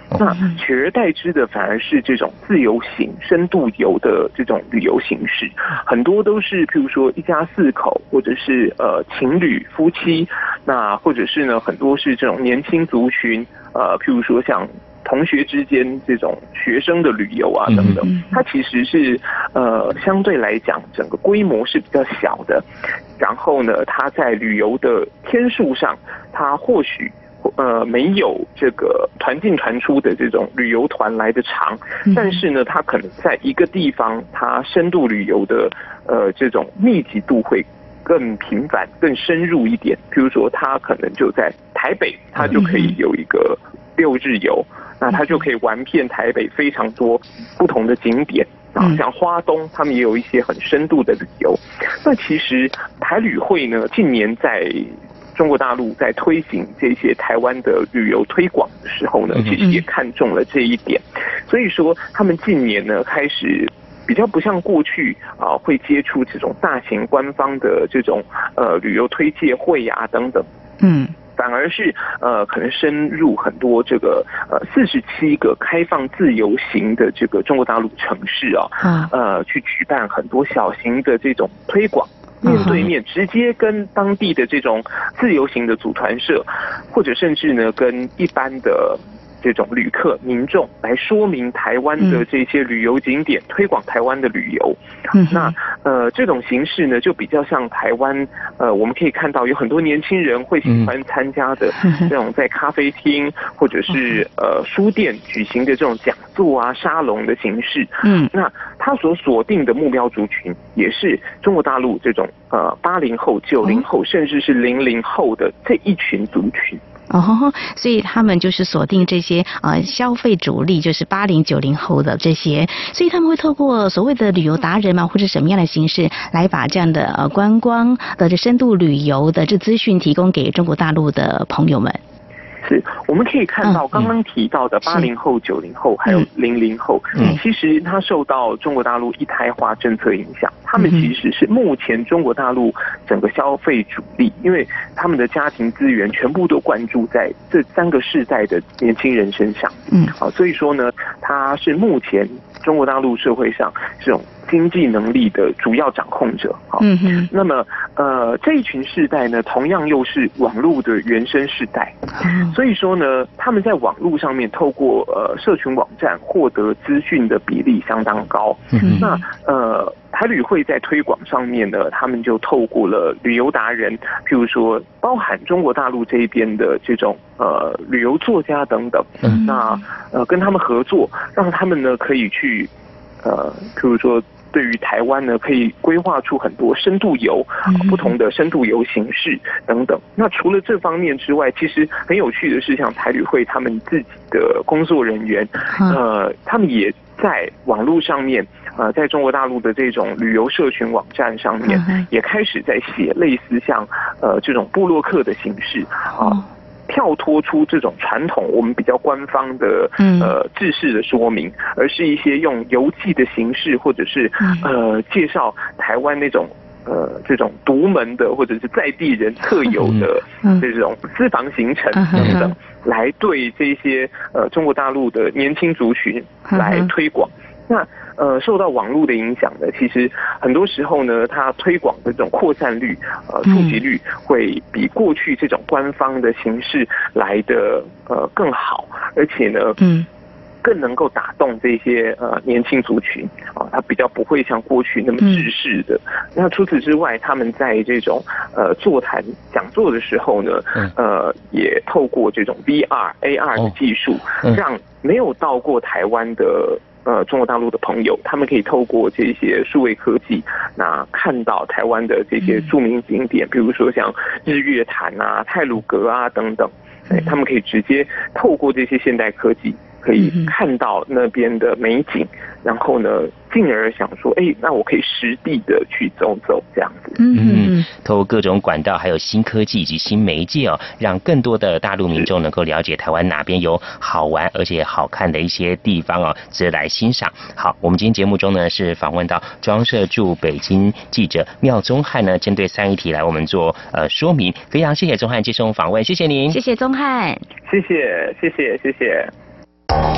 那取而代之的反而是这种自由行、深度游的这种旅游形式，很多都是譬如说一家四口，或者是呃情侣、夫妻，那或者是呢很多是这种年轻族群，呃譬如说像同学之间这种学生的旅游啊等等，它其实是呃相对来讲整个规模是比较小的，然后呢它在旅游的天数上，它或许呃没有这个团进团出的这种旅游团来的长，但是呢它可能在一个地方它深度旅游的呃这种密集度会更频繁、更深入一点。比如说它可能就在台北，它就可以有一个六日游，那它就可以玩遍台北非常多不同的景点啊，像花东，他们也有一些很深度的旅游。那其实台旅会呢，近年在中国大陆在推行这些台湾的旅游推广的时候呢，其实也看中了这一点，所以说他们近年呢开始比较不像过去啊、呃、会接触这种大型官方的这种呃旅游推介会啊等等， 嗯。 反而是呃可能深入很多这个呃四十七个开放自由行的这个中国大陆城市啊，呃去举办很多小型的这种推广。面对面直接跟当地的这种自由行的组团社，或者甚至呢跟一般的这种旅客民众来说明台湾的这些旅游景点，推广台湾的旅游。那呃这种形式呢就比较像台湾呃我们可以看到有很多年轻人会喜欢参加的这种在咖啡厅或者是呃书店举行的这种讲座啊沙龙的形式。嗯，那他所锁定的目标族群也是中国大陆这种呃八零后、九零后甚至是零零后的这一群族群。 哦，所以他们就是锁定这些呃消费主力，就是八零九零后的这些，所以他们会透过所谓的旅游达人嘛，或者什么样的形式来把这样的呃观光的这深度旅游的这资讯提供给中国大陆的朋友们。 是，我们可以看到刚刚提到的八零后、九零后还有零零后，其实它受到中国大陆一胎化政策影响，他们其实是目前中国大陆整个消费主力，因为他们的家庭资源全部都灌注在这三个世代的年轻人身上。嗯，好，所以说呢，它是目前中国大陆社会上这种经济能力的主要掌控者。好，嗯哼。那么呃这一群世代呢，同样又是网络的原生世代。嗯。所以说呢，他们在网络上面透过呃社群网站获得资讯的比例相当高。嗯。那呃台旅会在推广上面呢，他们就透过了旅游达人，譬如说包含中国大陆这边的这种呃旅游作家等等。嗯。那呃跟他们合作，让他们呢可以去呃譬如说。对于台湾呢，可以规划出很多深度游、嗯、不同的深度游形式等等。那除了这方面之外，其实很有趣的是，像台旅会他们自己的工作人员，嗯、呃，他们也在网络上面，呃，在中国大陆的这种旅游社群网站上面，嗯、也开始在写类似像呃这种部落客的形式啊。呃跳脱出这种传统我们比较官方的呃制式的说明，而是一些用游记的形式，或者是呃介绍台湾那种呃这种独门的或者是在地人特有的这种私房行程等等，来对这些呃中国大陆的年轻族群来推广。那呃受到网络的影响呢，其实很多时候呢，它推广的这种扩散率、呃触及率会比过去这种官方的形式来的呃更好，而且呢，嗯，更能够打动这些呃年轻族群啊，它比较不会像过去那么制式的。嗯、那除此之外，他们在这种呃座谈讲座的时候呢，嗯、呃也透过这种 V R、A R 的技术，哦嗯、让没有到过台湾的。呃，中国大陆的朋友，他们可以透过这些数位科技，那看到台湾的这些著名景点，比如说像日月潭啊、太鲁阁啊等等，哎，他们可以直接透过这些现代科技，可以看到那边的美景，然后呢，进而想说，哎，那我可以实地的去走走这样子。 嗯，透过各种管道，还有新科技以及新媒介哦，让更多的大陆民众能够了解台湾哪边有好玩而且好看的一些地方哦，值得来欣赏。好，我们今天节目中呢是访问到中央社驻北京记者廖宗翰呢，针对三议题来我们做呃说明。非常谢谢宗翰接受访问，谢谢您， 谢谢宗翰， 谢谢谢谢谢谢。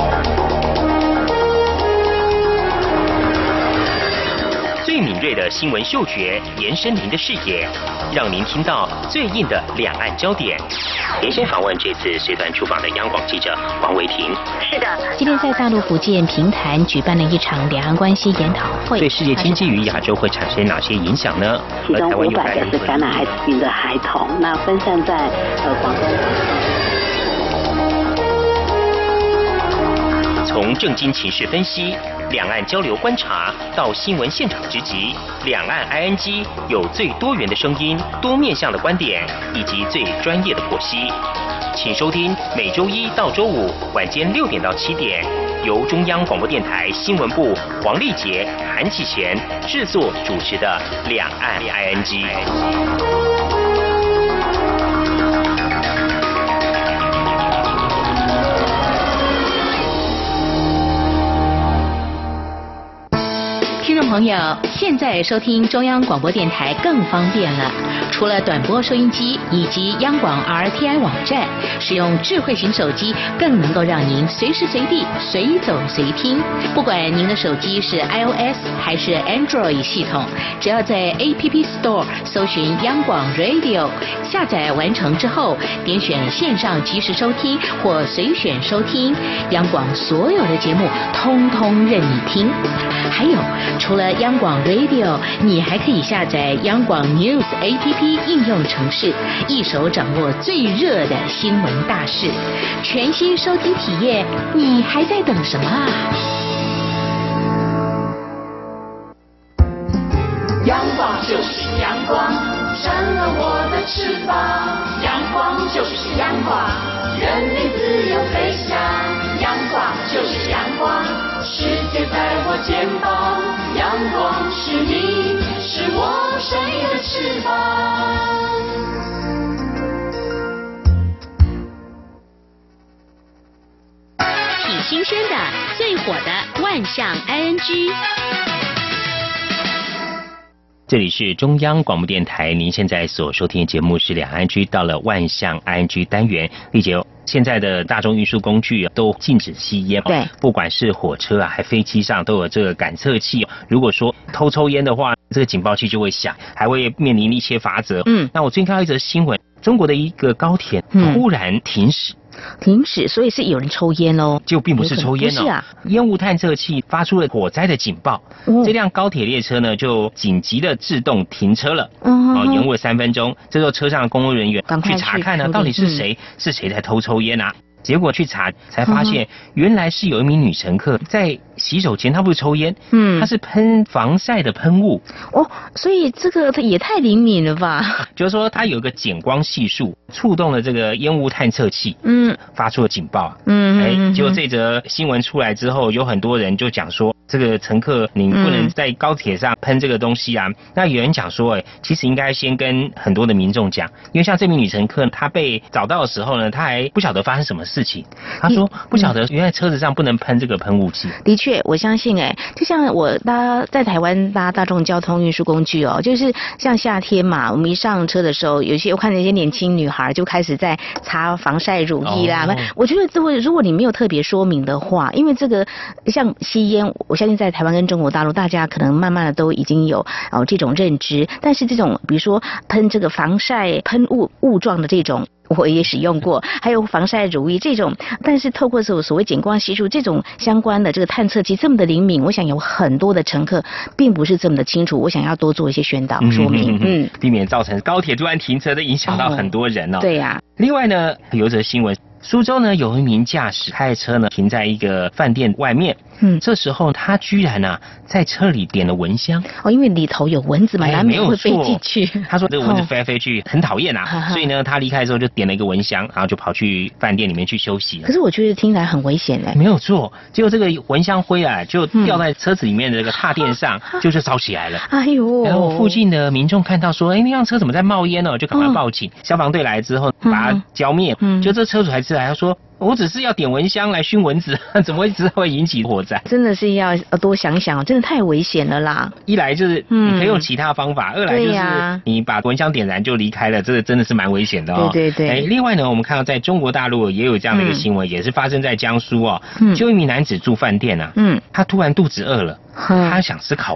最敏锐的新闻嗅觉，延伸您的视野，让您听到最硬的两岸焦点。连线访问这次随团出访的央广记者王维婷。 是的， 今天在大陆福建平潭举办了一场两岸关系研讨会， 对世界经济与亚洲会产生哪些影响呢？ 其中五百个是感染艾滋病的孩童，那分散在呃广东。 从政经情势分析、两岸交流观察到新闻现场直击，两岸 I N G 有最多元的声音、多面向的观点以及最专业的剖析。请收听每周一到周五晚间六点到七点，由中央广播电台新闻部黄丽杰、韩启贤制作主持的《两岸 I N G》。 听众朋友，现在收听中央广播电台更方便了。除了短波收音机以及央广 R T I 网站，使用智慧型手机更能够让您随时随地、随走随听。不管您的手机是 iOS 还是 Android 系统，只要在 A P P Store 搜寻央广 Radio， 下载完成之后，点选线上即时收听或随选收听，央广所有的节目通通任你听。还有，除了央广 Radio， 你还可以下载央广 News A P P 应用程式，一手掌握最热的新闻大事，全新收听体验，你还在等什么啊？ 阳光就是阳光，扇了我的翅膀。阳光就是阳光，任你自由飞翔。阳光就是阳光，世界在我肩膀。阳光是你，是我生命的翅膀。 挺新鲜的，最火的万象 I N G。 这里是中央广播电台，您现在所收听的节目是两岸 I N G， 到了万象 I N G 单元。丽姐，现在的大众运输工具都禁止吸烟， 对， 不管是火车啊，还飞机上都有这个感测器。如果说偷抽烟的话，这个警报器就会响，还会面临一些罚则。嗯，那我最近看到一则新闻，中国的一个高铁突然停驶。嗯停驶，所以是有人抽烟哦， 就并不是抽烟哦， 不是啊， 烟雾探测器发出了火灾的警报，哦、这辆高铁列车呢就紧急的自动停车了，嗯、哦，延误了三分钟。这时候车上的工作人员去查看呢，到底是谁、嗯、是谁在偷抽烟啊？结果去查才发现，原来是有一名女乘客在洗手间，她不是抽烟，嗯，她是喷防晒的喷雾。 哦，所以这个也太灵敏了吧？ 就是说，它有一个减光系数，触动了这个烟雾探测器，嗯，发出了警报。嗯，哎，结果这则新闻出来之后，有很多人就讲说，这个乘客你不能在高铁上喷这个东西啊。嗯、那有人讲说，哎，其实应该先跟很多的民众讲，因为像这名女乘客，她被找到的时候呢，她还不晓得发生什么事。事情，他说不晓得原来车子上不能喷这个喷雾剂。 的确，我相信哎、欸，就像我搭在台湾搭大众交通运输工具哦，就是像夏天嘛，我们一上车的时候，有些我看那些年轻女孩就开始在擦防晒乳液啦。哦、我觉得这会，如果你没有特别说明的话，因为这个像吸烟，我相信在台湾跟中国大陆，大家可能慢慢的都已经有哦这种认知，但是这种比如说喷这个防晒喷雾雾状的这种。我也使用过，还有防晒乳液这种，但是透过所所谓减光系数这种相关的这个探测器这么的灵敏，我想有很多的乘客并不是这么的清楚，我想要多做一些宣导说明， 嗯，避免造成高铁突然停车的影响到很多人哦。 哦对呀、啊。 另外呢，有一则新闻。苏州呢，有一名驾驶开车呢停在一个饭店外面，嗯，这时候他居然啊在车里点了蚊香哦，因为里头有蚊子嘛，难免会飞进去。 他说这个蚊子飞来飞去、哦、很讨厌啊，所以呢他离开之后就点了一个蚊香，然后就跑去饭店里面去休息了。 可是我觉得听起来很危险哎， 没有错，结果这个蚊香灰啊就掉在车子里面的这个踏垫上，嗯、就是烧起来了。 哎呦！ 然后附近的民众看到说，哎，那辆车怎么在冒烟呢？就赶快报警，嗯、消防队来之后把它浇灭。嗯，就这车主还知道，他说。我只是要点蚊香来熏蚊子，怎么会知道会引起火灾？ 真的是要多想想，真的太危险了啦！ 一来就是你可以用其他方法，嗯、二来就是你把蚊香点燃就离开了，这个真的是蛮危险的哦。 对对对。哎， 另外呢，我们看到在中国大陆也有这样的一个新闻，嗯、也是发生在江苏哦。嗯。就一名男子住饭店啊，嗯，他突然肚子饿了，他想吃烤肉。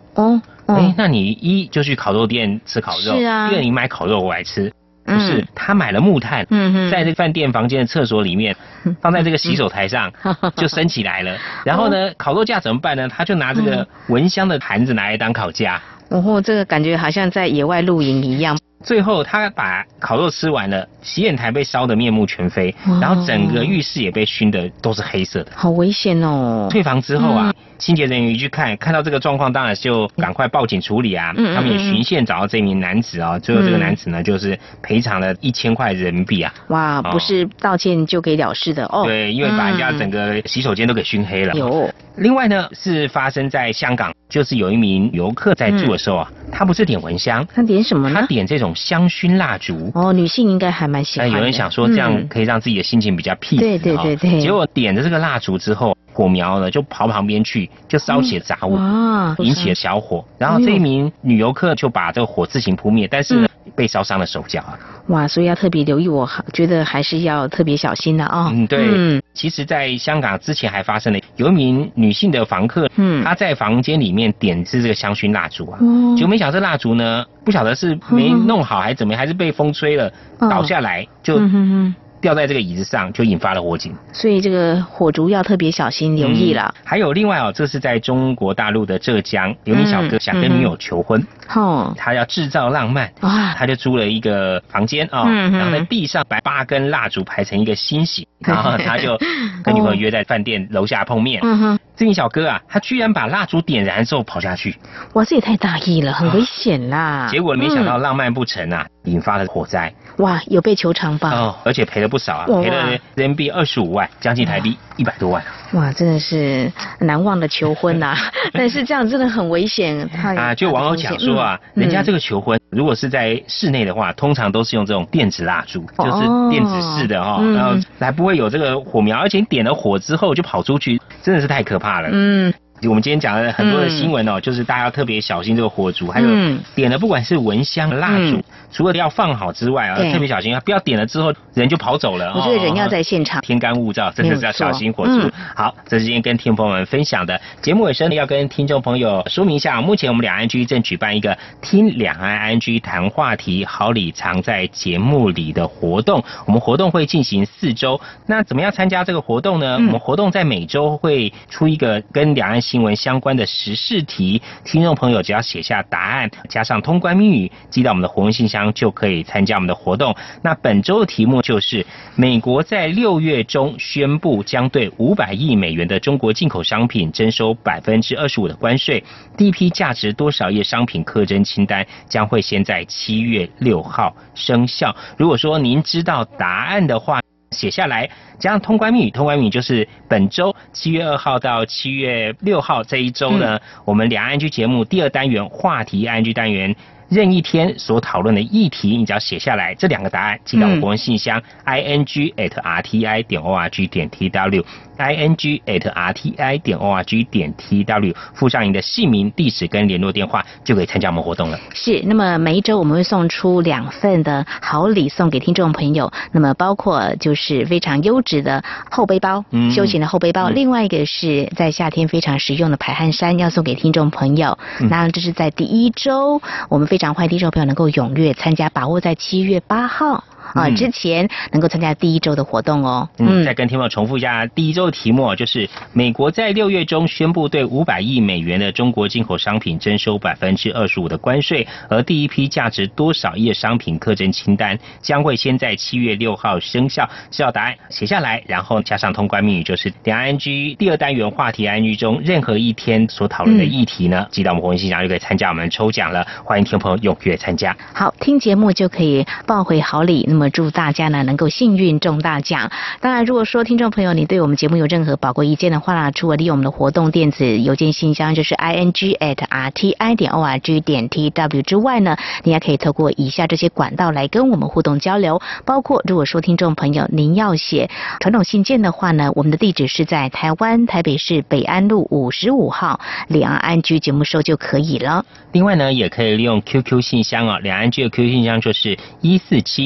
哦，哎、 欸，那你一就去烤肉店吃烤肉， 是啊， 第二你买烤肉回来吃。不是，他买了木炭，嗯、在这饭店房间的厕所里面，放在这个洗手台上，就升起来了。然后呢，烤肉架怎么办呢？他就拿这个蚊香的盘子拿来当烤架。 然后、哦、这个感觉好像在野外露营一样。 最后他把烤肉吃完了，洗眼台被烧得面目全非，然后整个浴室也被熏得都是黑色的， 好危险哦！ 退房之后啊，嗯、清洁人员一去看，看到这个状况，当然就赶快报警处理啊。嗯、他们也循线找到这名男子啊、哦，最后这个男子呢，就是赔偿了一千块人民币啊。 哇，不是道歉就给了事的哦。 对，因为把人家整个洗手间都给熏黑了。 有。 另外呢，是发生在香港，就是有一名游客在住的时候啊，嗯、他不是点蚊香， 他点什么呢？ 他点这种香薰蜡烛。 哦，女性应该还蛮喜欢的。 有人想说这样可以让自己的心情比较 peace、嗯。对对对对。 结果点着这个蜡烛之后，火苗呢就跑旁边去，就烧起了杂物， 嗯、 引起了小火。然后这一名女游客就把这个火自行扑灭，但是呢、嗯、被烧伤了手脚啊。 哇，所以要特别留意，我觉得还是要特别小心的啊、哦。 嗯，对。嗯，其实，在香港之前还发生了有一名女性的房客，嗯，她在房间里面点制这个香薰蜡烛啊，哦、结果没想到这蜡烛呢，不晓得是没弄好还是怎么，还是被风吹了、哦、倒下来就。嗯哼哼掉在这个椅子上，就引发了火警， 所以这个火烛要特别小心留意了、嗯。 还有另外哦，这是在中国大陆的浙江，有名小哥想跟女友求婚，哦、嗯，他要制造浪漫，啊，他就租了一个房间啊、哦嗯，然后在地上摆八根蜡烛排成一个心形，然后他就跟女朋友约在饭店楼下碰面。嗯哼，这名小哥啊，他居然把蜡烛点燃之后跑下去， 哇，这也太大意了，很危险啦、啊。 结果没想到浪漫不成啊，嗯、引发了火灾。 哇，有被求偿吧？ 哦，而且赔了不少啊，赔了人民币二十五万，将近台币一百多万。 哇，真的是难忘的求婚呐、啊！但是这样真的很危险。 啊，就网友讲说啊，嗯、人家这个求婚、嗯、如果是在室内的话，通常都是用这种电子蜡烛，哦、就是电子式的哈、哦，嗯、然后还不会有这个火苗，而且你点了火之后就跑出去，真的是太可怕了。嗯。我们今天讲了很多的新闻哦、嗯，就是大家要特别小心这个火烛，还有点了不管是蚊香、蜡烛、嗯，除了要放好之外啊，特别小心，不要点了之后人就跑走了。 我觉得人要在现场， 天干物燥，真的是要小心火烛。嗯、好，这是今天跟听众朋友们分享的。节目尾声要跟听众朋友说明一下，目前我们两岸 I N G 正举办一个听两岸 I N G 谈话题，好礼藏在节目里的活动。我们活动会进行四周，那怎么样参加这个活动呢？嗯、我们活动在每周会出一个跟两岸新闻相关的时事题，听众朋友只要写下答案，加上通关密语，寄到我们的活动信箱，就可以参加我们的活动。那本周的题目就是美国在六月中宣布将对五百亿美元的中国进口商品征收百分之二十五的关税，第一批价值多少亿商品课征清单将会先在七月六号生效。如果说您知道答案的话，写下来，加上通关密语，通关密语就是本周七月二号到七月六号这一周呢，嗯、我们两岸 I N G 节目第二单元话题 I N G 单元任一天所讨论的议题，你只要写下来这两个答案，寄到我们国文信箱、嗯、i n g at r t i 点 o r g 点 t w i n g at r t i 点 o r g 点 t w 附上你的姓名、地址跟联络电话，就可以参加我们活动了。 是，那么每一周我们会送出两份的好礼送给听众朋友，那么包括就是非常优质的后背包，嗯、休闲的后背包、嗯，另外一个是在夏天非常实用的排汗衫要送给听众朋友。嗯、那这是在第一周，我们非常欢迎听众朋友能够踊跃参加，把握在七月八号。啊，之前能够参加第一周的活动哦。 嗯，再跟听众重复一下第一周的题目，就是美国在六月中宣布对五百亿美元的中国进口商品征收百分之二十五的关税，而第一批价值多少亿的商品课征清单将会先在七月六号生效。知道答案写下来，然后加上通关密语，就是两岸 I N G 第二单元话题 I N G 中任何一天所讨论的议题呢，寄、嗯、到我们活动信箱就可以参加我们抽奖了。欢迎听众朋友踊跃参加。 好，听节目就可以报回好礼。那么祝大家呢能够幸运中大奖。当然，如果说听众朋友你对我们节目有任何宝贵意见的话呢，除了利用我们的活动电子邮件信箱就是 i n g at r t i 点 o r g 点 t w 之外呢，你还可以透过以下这些管道来跟我们互动交流。包括如果说听众朋友您要写传统信件的话呢，我们的地址是在台湾台北市北安路五十五号两岸 I N G 节目收就可以了。 另外呢，也可以利用 Q Q 信箱哦，两岸 I N G 的 Q Q 信箱就是一四七四七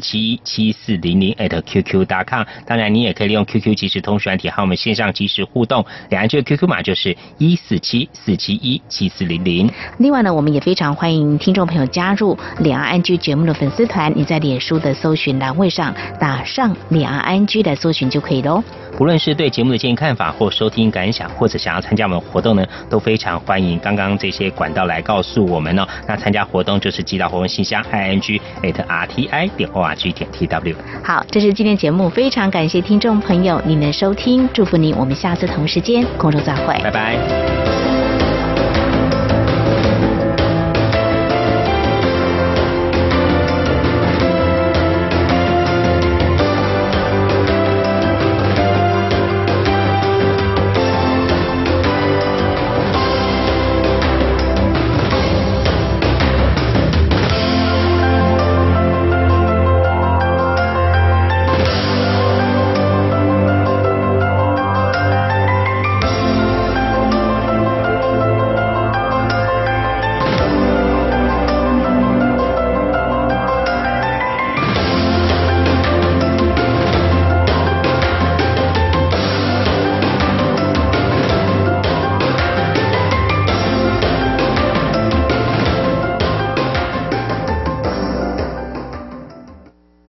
七一七四零零 at Q Q 点 com。当然，你也可以利用 Q Q 即时通讯软体和我们线上即时互动。两岸居的 Q Q 码就是一四七四七一七四零零。 另外呢，我们也非常欢迎听众朋友加入两岸安居节目的粉丝团。你在脸书的搜寻栏位上打上两岸安居来搜寻就可以喽。 不论是对节目的建议看法，或收听感想，或者想要参加我们活动呢，都非常欢迎刚刚这些管道来告诉我们哦。那参加活动就是寄到活动信箱 i n g at r t i 点 o r g 点 t w。 好，这是今天节目，非常感谢听众朋友您的收听，祝福您，我们下次同时间空中再会， 拜拜。